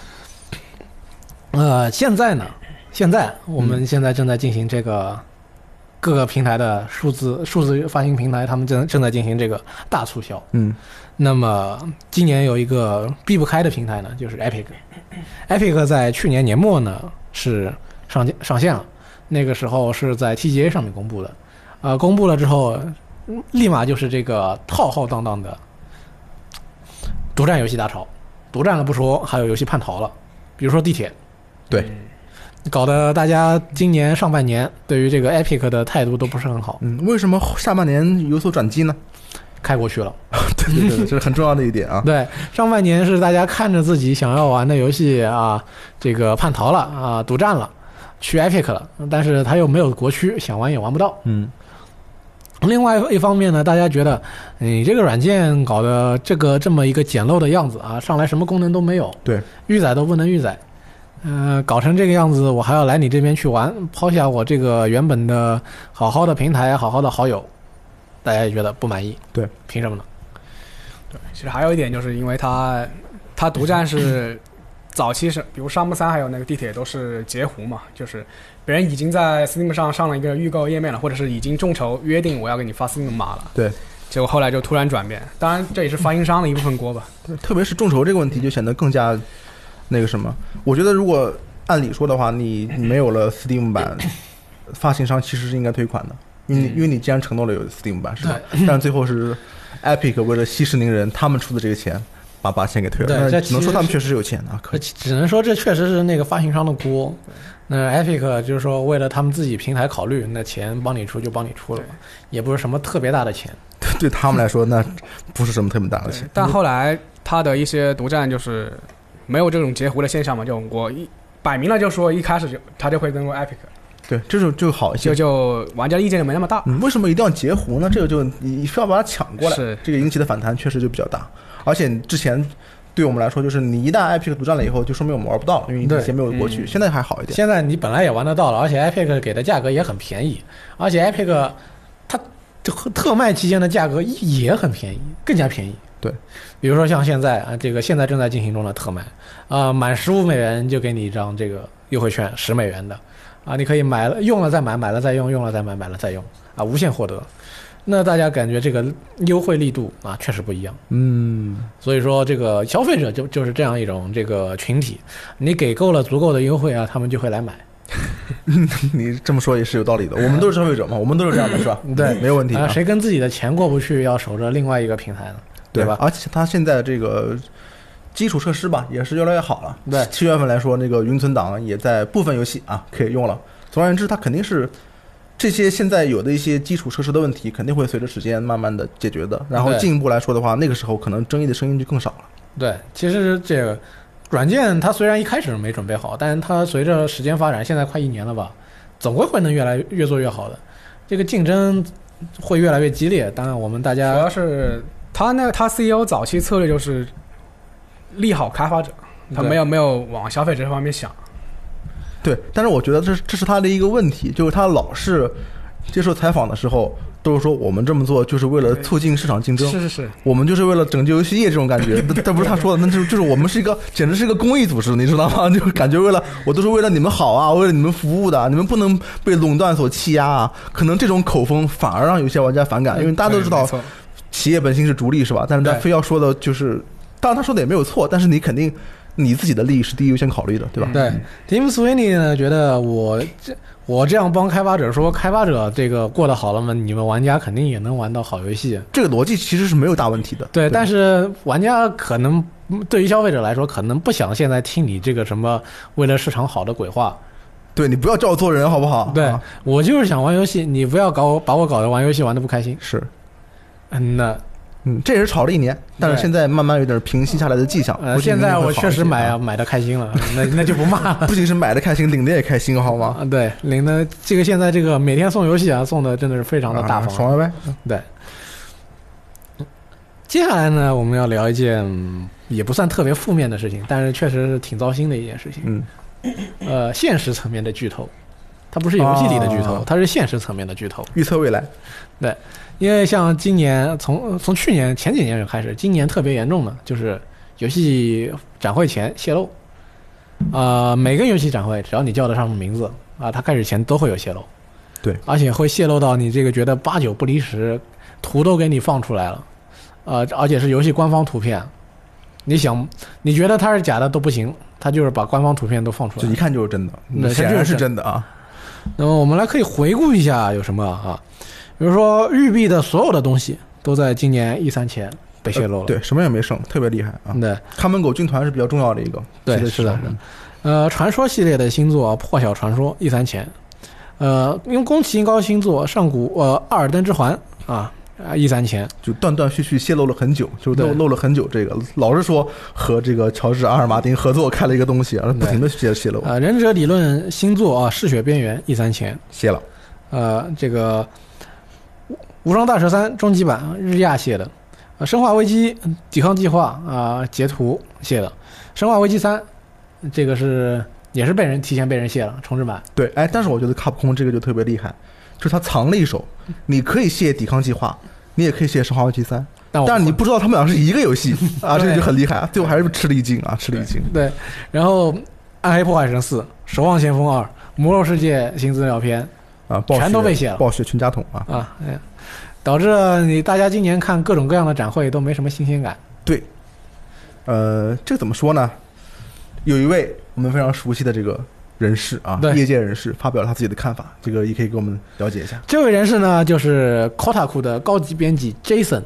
现在我们现在正在进行这个各个平台的数字发行平台，他们正在进行这个大促销。那么今年有一个避不开的平台呢，就是 Epic 在去年年末呢是上线了，那个时候是在 TGA 上面公布的，公布了之后立马就是这个浩浩荡荡的独占游戏大潮，独占了不说，还有游戏叛逃了，比如说地铁， 对， 搞得大家今年上半年对于这个 Epic 的态度都不是很好。 为什么下半年有所转机呢？ 开过去了。 对，这是很重要的一点啊。 对，上半年是大家看着自己想要玩的游戏啊，这个叛逃了啊，独占了，去 Epic 了，但是他又没有国区，想玩也玩不到。另外一方面呢，大家觉得你这个软件搞得这么一个简陋的样子啊，上来什么功能都没有， 对， 预载都不能预载，搞成这个样子，我还要来你这边去玩，抛下我这个原本的好好的平台，好好的好友，大家也觉得不满意。 对， 凭什么呢？ 对，其实还有一点就是因为它独占是早期是，比如沙漠3还有那个地铁都是截胡嘛，就是别人已经在 Steam 上了一个预购页面了，或者是已经众筹约定我要给你发 Steam 码了， 对， 结果后来就突然转变，当然这也是发行商的一部分锅吧。 对，特别是众筹这个问题就显得更加那个什么。我觉得如果按理说的话，你没有了 Steam 版，发行商其实是应该退款的，因为你既然承诺了有 Steam 版，是吧？但最后是 Epic 为了息事宁人，他们出的这个钱把钱给退了。 对， 只能说他们确实有钱啊， 只能说这确实是那个发行商的锅。那 Epic 就是说为了他们自己平台考虑，那钱帮你出就帮你出了，也不是什么特别大的钱。 对他们来说，那不是什么特别大的钱。 但后来他的一些独占就是没有这种截胡的现象嘛，就我摆明了就说一开始他就会登录 Epic。 对，这种就好一些， 就玩家的意见就没那么大。 为什么一定要截胡呢？这个就你需要把它抢过来，这个引起的反弹确实就比较大。而且之前对我们来说，就是你一旦 Epic 独占了以后，就说明我们玩不到了，因为你以前没有过去。现在还好一点， 现在你本来也玩得到了，而且 Epic 给的价格也很便宜，而且 Epic 它特卖期间的价格也很便宜，更加便宜。 对， 比如说像现在啊，这个现在正在进行中的特卖啊，满$15就给你一张这个优惠券$10的啊，你可以买了用了再买，买了再用，用了再买，买了再用啊，无限获得。那大家感觉这个优惠力度啊，确实不一样。所以说这个消费者就是这样一种这个群体，你给够了足够的优惠啊，他们就会来买。 你这么说也是有道理的，我们都是消费者嘛，我们都是这样的，是吧？ 对， 没有问题啊。 谁跟自己的钱过不去，要守着另外一个平台呢？对吧？ 而且它现在这个基础设施吧，也是越来越好了。 对 ，7月份来说，那个云存档也在部分游戏啊可以用了。总而言之，它肯定是这些现在有的一些基础设施的问题，肯定会随着时间慢慢的解决的。然后进一步来说的话，那个时候可能争议的声音就更少了。 对，其实这个软件它虽然一开始没准备好，但是它随着时间发展，现在快1年了吧，总归会能越做越好的。这个竞争会越来越激烈。当然，我们大家主要是他 CEO 早期策略就是利好开发者，他没有往消费者方面想。 对，但是我觉得这是他的一个问题，就是他老是接受采访的时候都是说我们这么做就是为了促进市场竞争， 是， 我们就是为了拯救游戏业这种感觉。但不是他说的，那就是我们是一个简直是一个公益组织，你知道吗？就是感觉我都是为了你们好啊，为了你们服务的，你们不能被垄断所欺压啊。可能这种口风反而让有些玩家反感，因为大家都知道企业本性是逐利，是吧？但是他非要说的就是，当然他说的也没有错，但是你肯定你自己的利益是第一优先考虑的，对吧？ 对，Tim Sweeney 呢觉得我这样帮开发者说，开发者这个过得好了嘛，你们玩家肯定也能玩到好游戏。 这个逻辑其实是没有大问题的。 对，但是玩家可能对于消费者来说，可能不想现在听你这个什么为了市场好的鬼话。 对，你不要叫我做人好不好？ 对，我就是想玩游戏，你不要把我搞得玩游戏玩得不开心。 是， 这也是吵了1年，但是现在慢慢有点平息下来的迹象。 现在我确实买的开心了，那就不骂了。 不仅是买的开心，领的也开心，好吗？ 对，领的这个现在这个每天送游戏啊，送的真的是非常的大方， 爽歪歪。 对。接下来呢，我们要聊一件也不算特别负面的事情，但是确实是挺糟心的一件事情。现实层面的剧透，它不是游戏里的剧透，它是现实层面的剧透， 预测未来。 对。因为像今年从去年前几年就开始，今年特别严重的就是游戏展会前泄露。每个游戏展会只要你叫得上名字啊，它开始前都会有泄露。 对， 而且会泄露到你这个觉得8、9不离10，图都给你放出来了。而且是游戏官方图片，你觉得它是假的都不行，它就是把官方图片都放出来， 这一看就是真的，显然是真的啊。 那么我们可以回顾一下有什么啊？比如说育碧的所有的东西都在今年E3前被泄露了， 对，什么也没剩，特别厉害啊。 对， 看门狗军团是比较重要的一个， 对，是的。传说系列的新作《破晓传说》E3前，因宫崎英高新作《上古阿尔登之环》啊。E3前就断断续续泄露了很久，就漏了很久。这个老是说和这个乔治阿尔马丁合作开了一个东西，不停的泄露。 忍者理论新作啊，嗜血边缘E3前泄了。 这个无双大蛇3终极版日亚泄的，生化危机抵抗计划截图泄的，生化危机3这个也是提前被人泄了重置版。 对，但是我觉得卡普空这个就特别厉害。就是他藏了一手，你可以卸抵抗计划，你也可以卸生化危机3，但是你不知道他们俩是一个游戏啊，这个就很厉害啊！最后还是吃了一惊啊，吃了一惊。 对，然后暗黑破坏神4、守望先锋2、魔兽世界新资料片啊， 全都被卸了， 暴雪全家桶啊！ 导致大家今年看各种各样的展会都没什么新鲜感。 对，这怎么说呢？有一位我们非常熟悉的这个人士啊，业界人士发表了他自己的看法，这个也可以给我们了解一下。 这位人士呢，就是 Kotaku 的高级编辑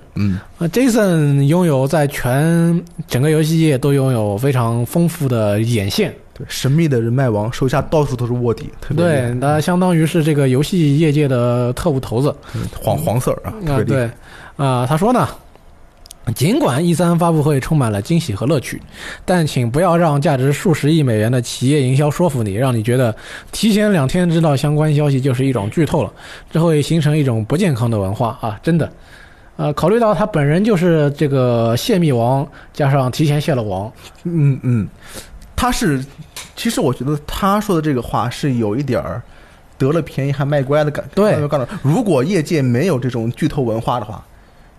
Jason。Jason 拥有在整个游戏业都拥有非常丰富的眼线， 对，神秘的人脉王，手下到处都是卧底，特别对，他相当于是这个游戏业界的特务头子， 黄 Sir 啊，特别厉害。 对他说呢。尽管 E3 发布会充满了惊喜和乐趣，但请不要让价值数十亿美元的企业营销说服你，让你觉得提前2天知道相关消息就是一种剧透了，这会形成一种不健康的文化啊！真的，考虑到他本人就是这个泄密王，加上提前泄了王， 其实我觉得他说的这个话是有一点得了便宜还卖乖的感觉。 对， 如果业界没有这种剧透文化的话。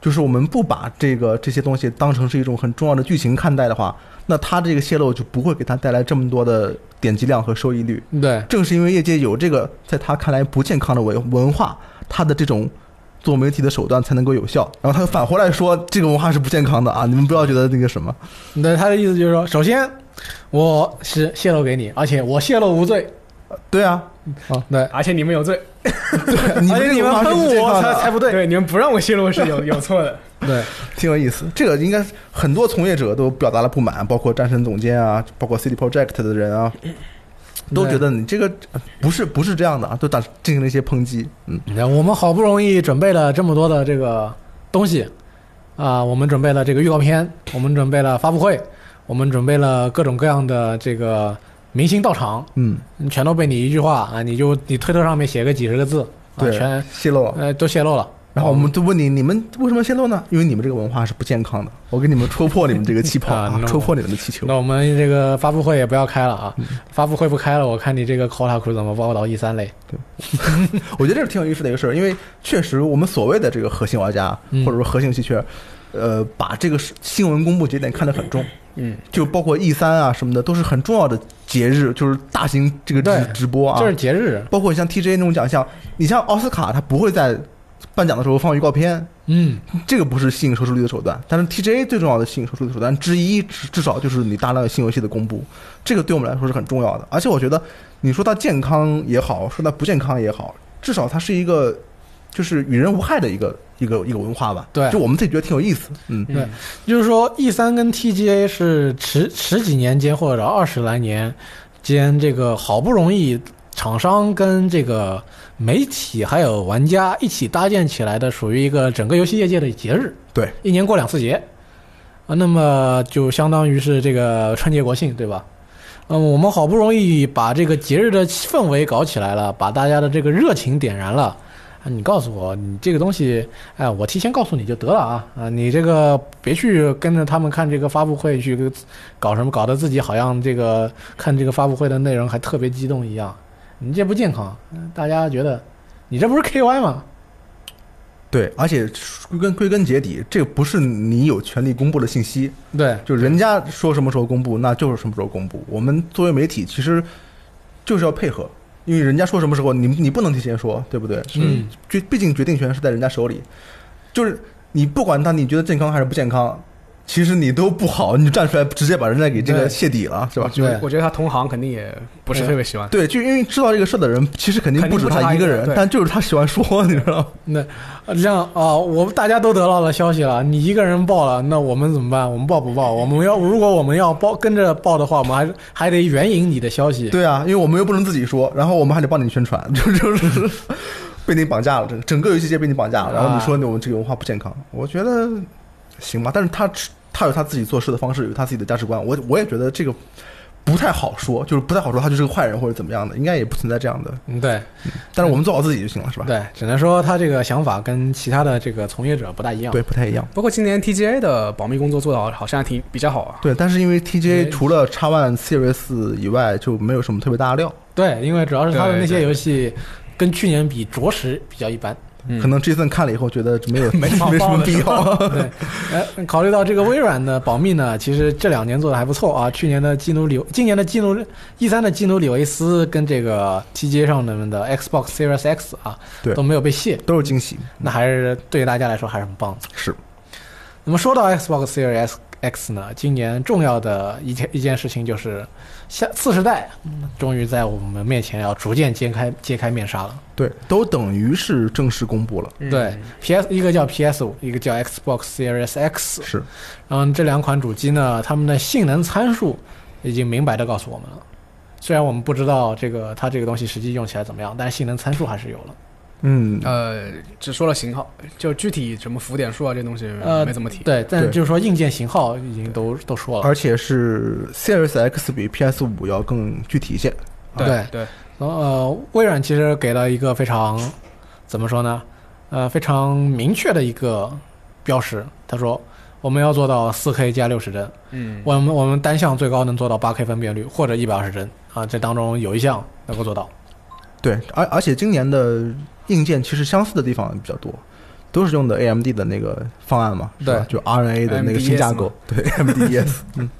就是我们不把这些东西当成是一种很重要的剧情看待的话，那它这个泄露就不会给它带来这么多的点击量和收益率。 对， 正是因为业界有这个在他看来不健康的文化，他的这种做媒体的手段才能够有效。然后他反回来说这个文化是不健康的啊，你们不要觉得那个什么。 对，他的意思就是说，首先我是泄露给你，而且我泄露无罪。 对啊， 对， 而且你们有罪。 对， 而且你们喷我才不对。 对，你们不让我泄露是有错的。 对， 挺有意思。这个应该很多从业者都表达了不满，包括战神总监啊，包括 CD Projekt 的人啊，都觉得你这个不是这样的啊，都进行了一些抨击。 我们好不容易准备了这么多的这个东西啊，我们准备了这个预告片，我们准备了发布会，我们准备了各种各样的这个明星到场，全都被你一句话啊，你推特上面写个几十个字， 对， 全泄露了， 都泄露了。 然后我们就问你们为什么泄露呢？因为你们这个文化是不健康的，我给你们戳破你们这个气泡戳破你们的气球。 那我们这个发布会也不要开了啊，发布会不开了，我看你这个 Kotaku 怎么报道E3类。 对，我觉得这是挺有意思的一个事儿，因为确实我们所谓的这个核心玩家，或者说核心游戏圈，把这个新闻公布节点看得很重。就包括 E3 啊什么的，都是很重要的节日，就是大型这个直播啊， 这是节日。 包括像 TGA 那种奖项，你像奥斯卡，它不会在颁奖的时候放预告片，这个不是吸引收视率的手段。但是 TGA 最重要的吸引收视率的手段之一，至少就是你大量的新游戏的公布，这个对我们来说是很重要的。而且我觉得，你说它健康也好，说它不健康也好，至少它是一个就是与人无害的一个文化吧。 对， 就我们自己觉得挺有意思。 对，就是说 E3 跟 TGA 是十几年间或者20来年间，这个好不容易厂商跟这个媒体还有玩家一起搭建起来的，属于一个整个游戏业界的节日。 对， 一年过2次节啊，那么就相当于是这个春节国庆，对吧？我们好不容易把这个节日的氛围搞起来了，把大家的这个热情点燃了。你告诉我，你这个东西，我提前告诉你就得了啊！你这个别去跟着他们看这个发布会去搞什么，搞得自己好像这个看这个发布会的内容还特别激动一样，你这不健康。大家觉得你这不是 KY 吗？ 对，而且归根结底，这个不是你有权利公布的信息。 对， 就人家说什么时候公布，那就是什么时候公布。我们作为媒体，其实就是要配合。因为人家说什么时候，你不能提前说，对不对？毕竟决定权是在人家手里。就是你不管你觉得健康还是不健康，其实你都不好，你就站出来直接把人家给这个卸底了，是吧？ 我觉得他同行肯定也不是特别喜欢。 对，就因为知道这个事的人，其实肯定不止他一个人，但就是他喜欢说，你知道吗？ 那这样啊，大家都得到了消息了，你一个人报了，那我们怎么办？我们报不报？如果我们要跟着报的话，我们还得援引你的消息。 对啊，因为我们又不能自己说，然后我们还得帮你宣传，就是被你绑架了，整个游戏界被你绑架了。然后你说我们这个文化不健康，我觉得行吧，但是他有他自己做事的方式，有他自己的价值观，我也觉得这个不太好说，就是不太好说他就是个坏人或者怎么样的，应该也不存在这样的。 对， 但是我们做好自己就行了，是吧？ 对，只能说他这个想法跟其他的这个从业者不大一样。 对，不太一样。 包括今年 TGA 的保密工作做得好像比较好啊。 对，但是因为 TGA 除了 X1 Series 以外，就没有什么特别大的料。 对，因为主要是他的那些游戏跟去年比着实比较一般。 可能Jason看了以后觉得没什么必要。 对，考虑到这个微软的保密呢，其实这2年做的还不今年的基努E3的基努里维斯跟这个 TGA 上的Xbox Series X 啊，都没有被卸， 都是惊喜。 那还是对大家来说还是很棒的。 是。 那么说到 Xbox Series X 呢，今年重要的一件事情就是次世代终于在我们面前要逐渐揭开面纱了。 对，都等于是正式公布了。 对，一个叫 PS5，一个叫 Xbox Series X。 是， 这2款主机呢，它们的性能参数已经明白的告诉我们了。虽然我们不知道它这个东西实际用起来怎么样，但是性能参数还是有了。 只说了型号，就具体什么浮点数啊这东西没怎么提。 对，但就是说硬件型号已经都说了， 而且是 Series X 比 PS5 要更具体一些。 对。微软其实给了一个非常怎么说呢？非常明确的一个标识，他说我们要做到 4K 加60帧。我们单项最高能做到 8K 分辨率或者120帧啊，这当中有一项能够做到。 对，而且今年的硬件其实相似的地方比较多， 都是用的 AMD 的那个方案嘛， 对， 就 RNA 的那个新架构，对 MDES，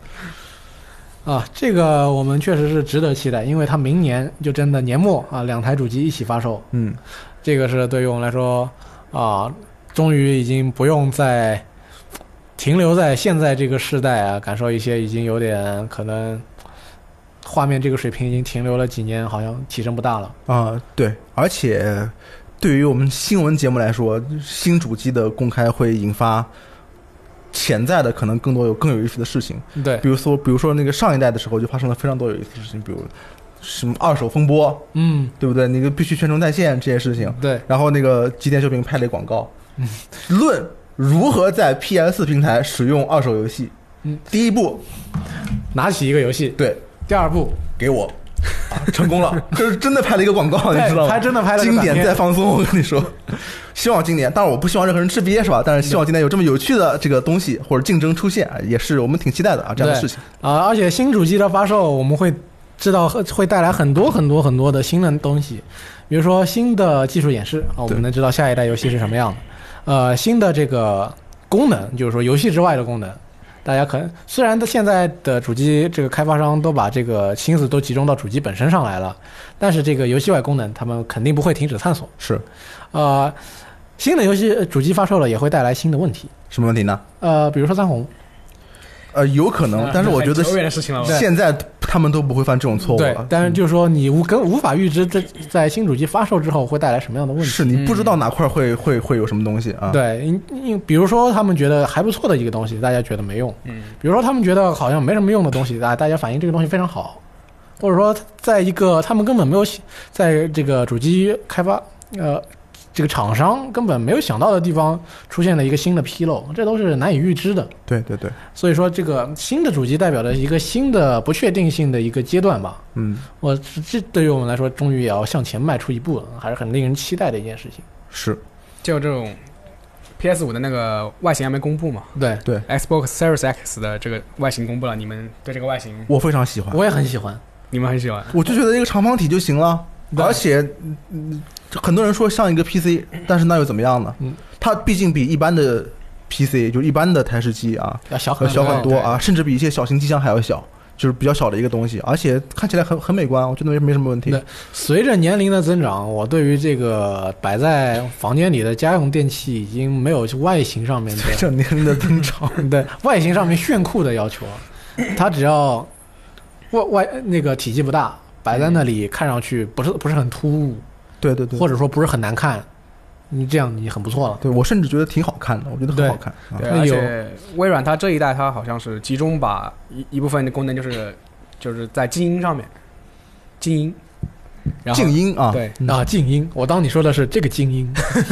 这个我们确实是值得期待，因为它明年就真的年末2台主机一起发售，这个是对于我们来说终于已经不用再停留在现在这个时代感受一些已经有点可能画面这个水平已经停留了几年，好像提升不大了对，而且对于我们新闻节目来说，新主机的公开会引发潜在的可能更有意思的事情。 对， 比如说那个上一代的时候就发生了非常多有意思的事情，比如什么二手风波，对不对？那个必须全程在线这些事情。 对， 然后那个吉田秀平拍了一广告，论如何在 PS 平台使用二手游戏。第一步， 拿起一个游戏。 对， 第二步， 给我。成功了，这是真的拍了一个广告，你知道吗？ 还真的拍了经典再放松，我跟你说。希望今年，当然我不希望任何人吃瘪，是吧？但是希望今年有这么有趣的这个东西或者竞争出现，也是我们挺期待的这样的事情而且新主机的发售，我们会知道会带来很多很多很多的新的东西，比如说新的技术演示我们能知道下一代游戏是什么样的。新的这个功能，就是说游戏之外的功能。大家可能虽然现在的主机这个开发商都把这个心思都集中到主机本身上来了，但是这个游戏外功能他们肯定不会停止探索。 是， 新的游戏主机发售了也会带来新的问题。 什么问题呢？ 比如说三红。 有可能，但是我觉得现在他们都不会犯这种错误了。 对，但是就是说你无法预知在新主机发售之后会带来什么样的问题。 是你不知道哪块会有什么东西啊？ 对，比如说他们觉得还不错的一个东西，大家觉得没用。比如说他们觉得好像没什么用的东西，大家反映这个东西非常好，或者说在一个他们根本没有在这个主机开发这个厂商根本没有想到的地方出现了一个新的纰漏，这都是难以预知的。 对对对， 所以说这个新的主机代表着一个新的不确定性的一个阶段吧。这对于我们来说，终于也要向前迈出一步了，还是很令人期待的一件事情。 是， 就这种 PS5 的那个外形还没公布嘛？ 对对 ，Xbox Series X 的这个外形公布了，你们对这个外形？ 我非常喜欢， 我也很喜欢。 你们很喜欢？ 我就觉得一个长方体就行了，而且很多人说像一个 PC， 但是那又怎么样呢？它毕竟比一般的 PC 就一般的台式机要小很多甚至比一些小型机箱还要小，就是比较小的一个东西，而且看起来很美观，我觉得没什么问题。 对，随着年龄的增长，我对于这个摆在房间里的家用电器已经没有外形上面的随着年龄的增长， 对外形上面炫酷的要求了，它只要外那个体积不大，摆在那里看上去不是很突兀。 对对对， 或者说不是很难看，这样你很不错了。 对，我甚至觉得挺好看的，我觉得很好看。 对，而且微软它这一代它好像是集中把一部分的功能就是在静音上面，静音，然后静音啊， 对静音，我当你说的是这个静音，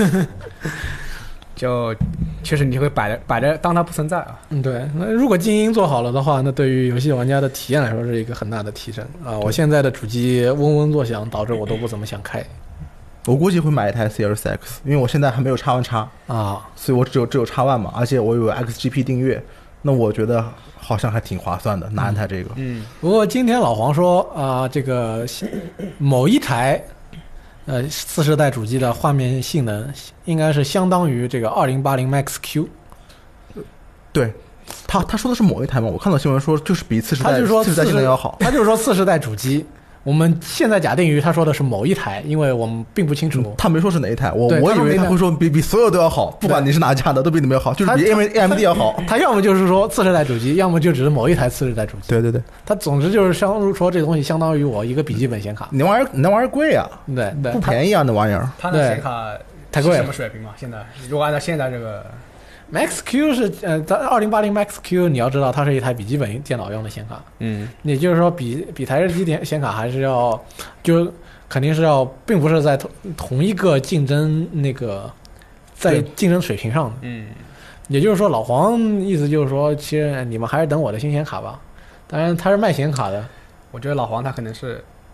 就确实你会摆着当它不存在啊。 对，那如果静音做好了的话，那对于游戏玩家的体验来说是一个很大的提升我现在的主机嗡嗡作响，导致我都不怎么想开。 我估计会买一台 Series X， 因为我现在还没有X1X所以我只有X1嘛，而且我有 XGP 订阅，那我觉得好像还挺划算的，拿一台这个。 不过今天老黄说这个某一台4世代主机的画面性能应该是相当于这个2080 Max Q。 对，他说的是某一台嘛？我看到新闻说就是比4世代性能要好。 他就是说4世代主机。我们现在假定于他说的是某一台，因为我们并不清楚。 他没说是哪一台，我以为他会说比所有都要好，不管你是哪家的都比你们要好，就是比 AMD 要好。 他要么就是说4世代主机，要么就只是某一台4世代主机。 对对对， 他总之就是说这个东西相当于我一个笔记本显卡。 那玩意儿贵啊， 对， 不便宜啊，那玩意儿。 他的显卡太贵了， 什么水平嘛？现在如果按照现在这个。 Max Q 是2080 Max Q， 你要知道它是一台笔记本电脑用的显卡，也就是说比台式机显卡还是要，就肯定是要，并不是在同一个竞争在竞争水平上的，也就是说老黄意思就是说，其实你们还是等我的新显卡吧，当然他是卖显卡的， 我觉得老黄他可能是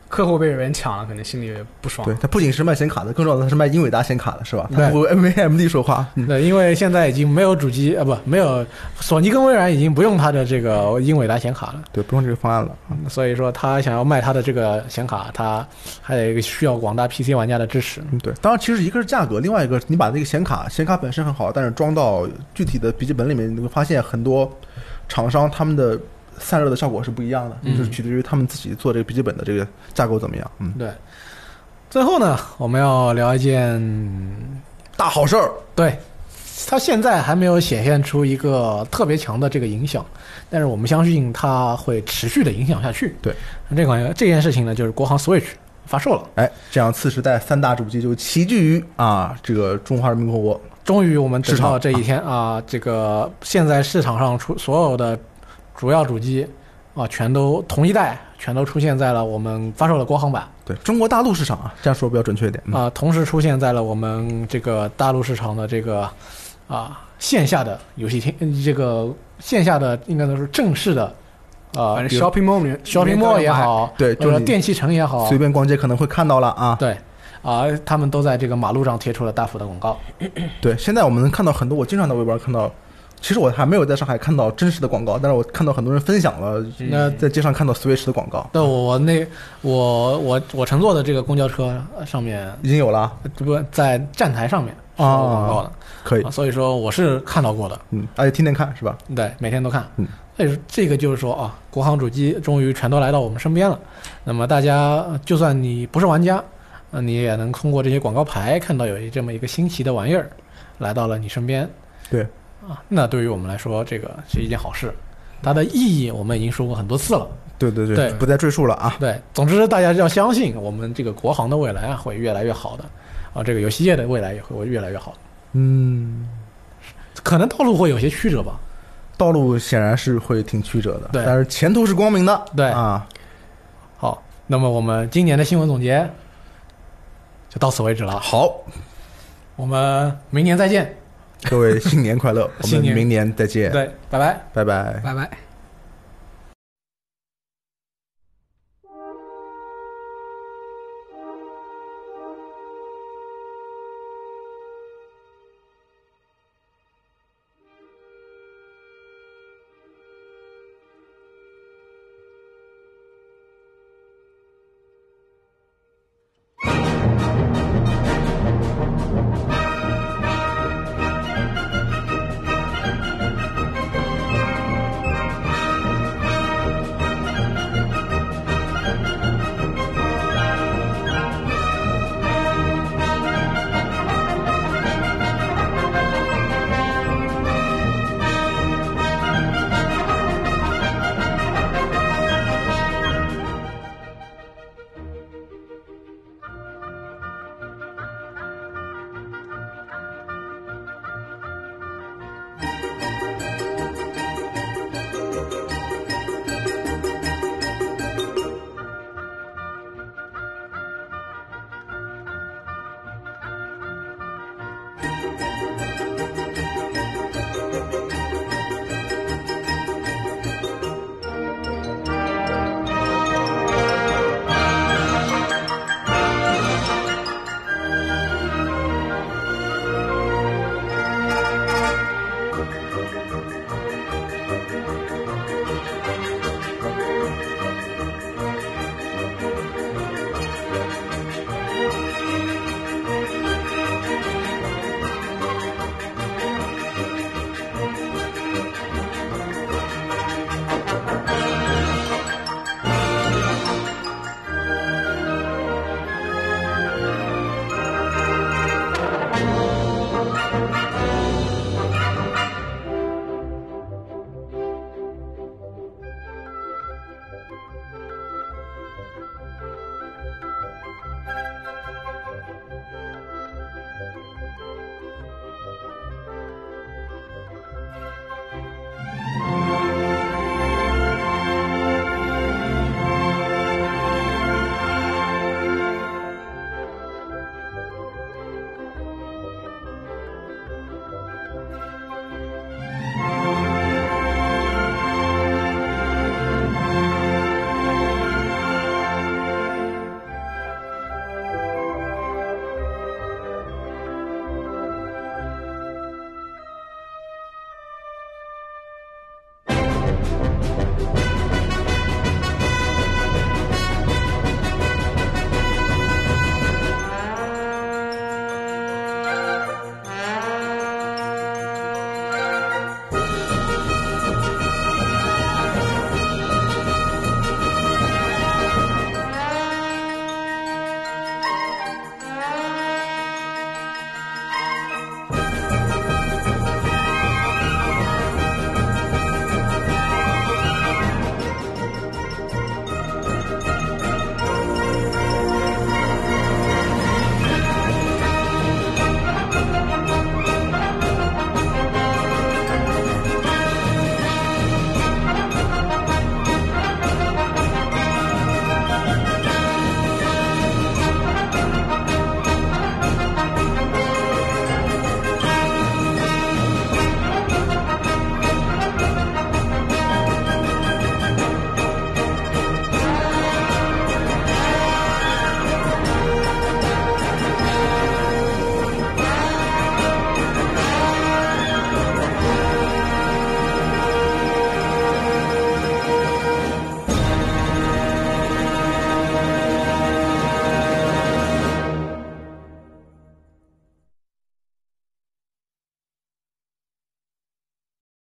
客户被人抢了，可能心里也不爽。 对，他不仅是卖显卡的，更重要的他是卖英伟达显卡的，是吧？他不为 AMD 说话。 对，因为现在已经没有主机没有索尼跟微软已经不用它的这个英伟达显卡了。 对，不用这个方案了。 所以说他想要卖他的这个显卡，他还有一个需要广大 PC 玩家的支持。 对，当然其实一个是价格，另外一个你把这个显卡本身很好，但是装到具体的笔记本里面，你会发现很多厂商他们的散热的效果是不一样的，就是取决于他们自己做这个笔记本的这个架构怎么样。 对。最后呢，我们要聊一件大好事儿。对， 它现在还没有显现出一个特别强的这个影响，但是我们相信它会持续的影响下去。 对， 这件事情呢，就是国行 Switch 发售了。 哎，这样次时代3大主机就齐聚于这个中华人民共和国。 终于我们等到这一天这个现在市场上所有的主要主机全都同一代，全都出现在了我们发售的国行版。 对，中国大陆市场这样说比较准确一点同时出现在了我们这个大陆市场的这个线下的游戏厅，这个线下的应该都是正式的 shopping mall 也好， 对，就是电器城也好， 随便逛街可能会看到了对。他们都在这个马路上贴出了大幅的广告。 对，现在我们能看到很多，我经常在微博看到，其实我还没有在上海看到真实的广告，但是我看到很多人分享了，在街上看到 Switch 的广告。 对，我乘坐的这个公交车上面已经有了， 不在站台上面是有广告的， 可以。 所以说我是看到过的， 而且天天看是吧？ 对，每天都看。所以这个就是说国行主机终于全都来到我们身边了。那么大家就算你不是玩家，你也能通过这些广告牌看到有这么一个新奇的玩意儿来到了你身边。 对那对于我们来说，这个是一件好事。它的意义我们已经说过很多次了。 对，不再赘述了对，总之大家要相信我们这个国行的未来会越来越好的这个游戏业的未来也会越来越好的。可能道路会有些曲折吧。 道路显然是会挺曲折的， 对， 但是前途是光明的。 对好，那么我们今年的新闻总结就到此为止了。 好， 我们明年再见。 各位新年快乐！我们明年再见。 对，拜拜， 拜拜， 拜拜。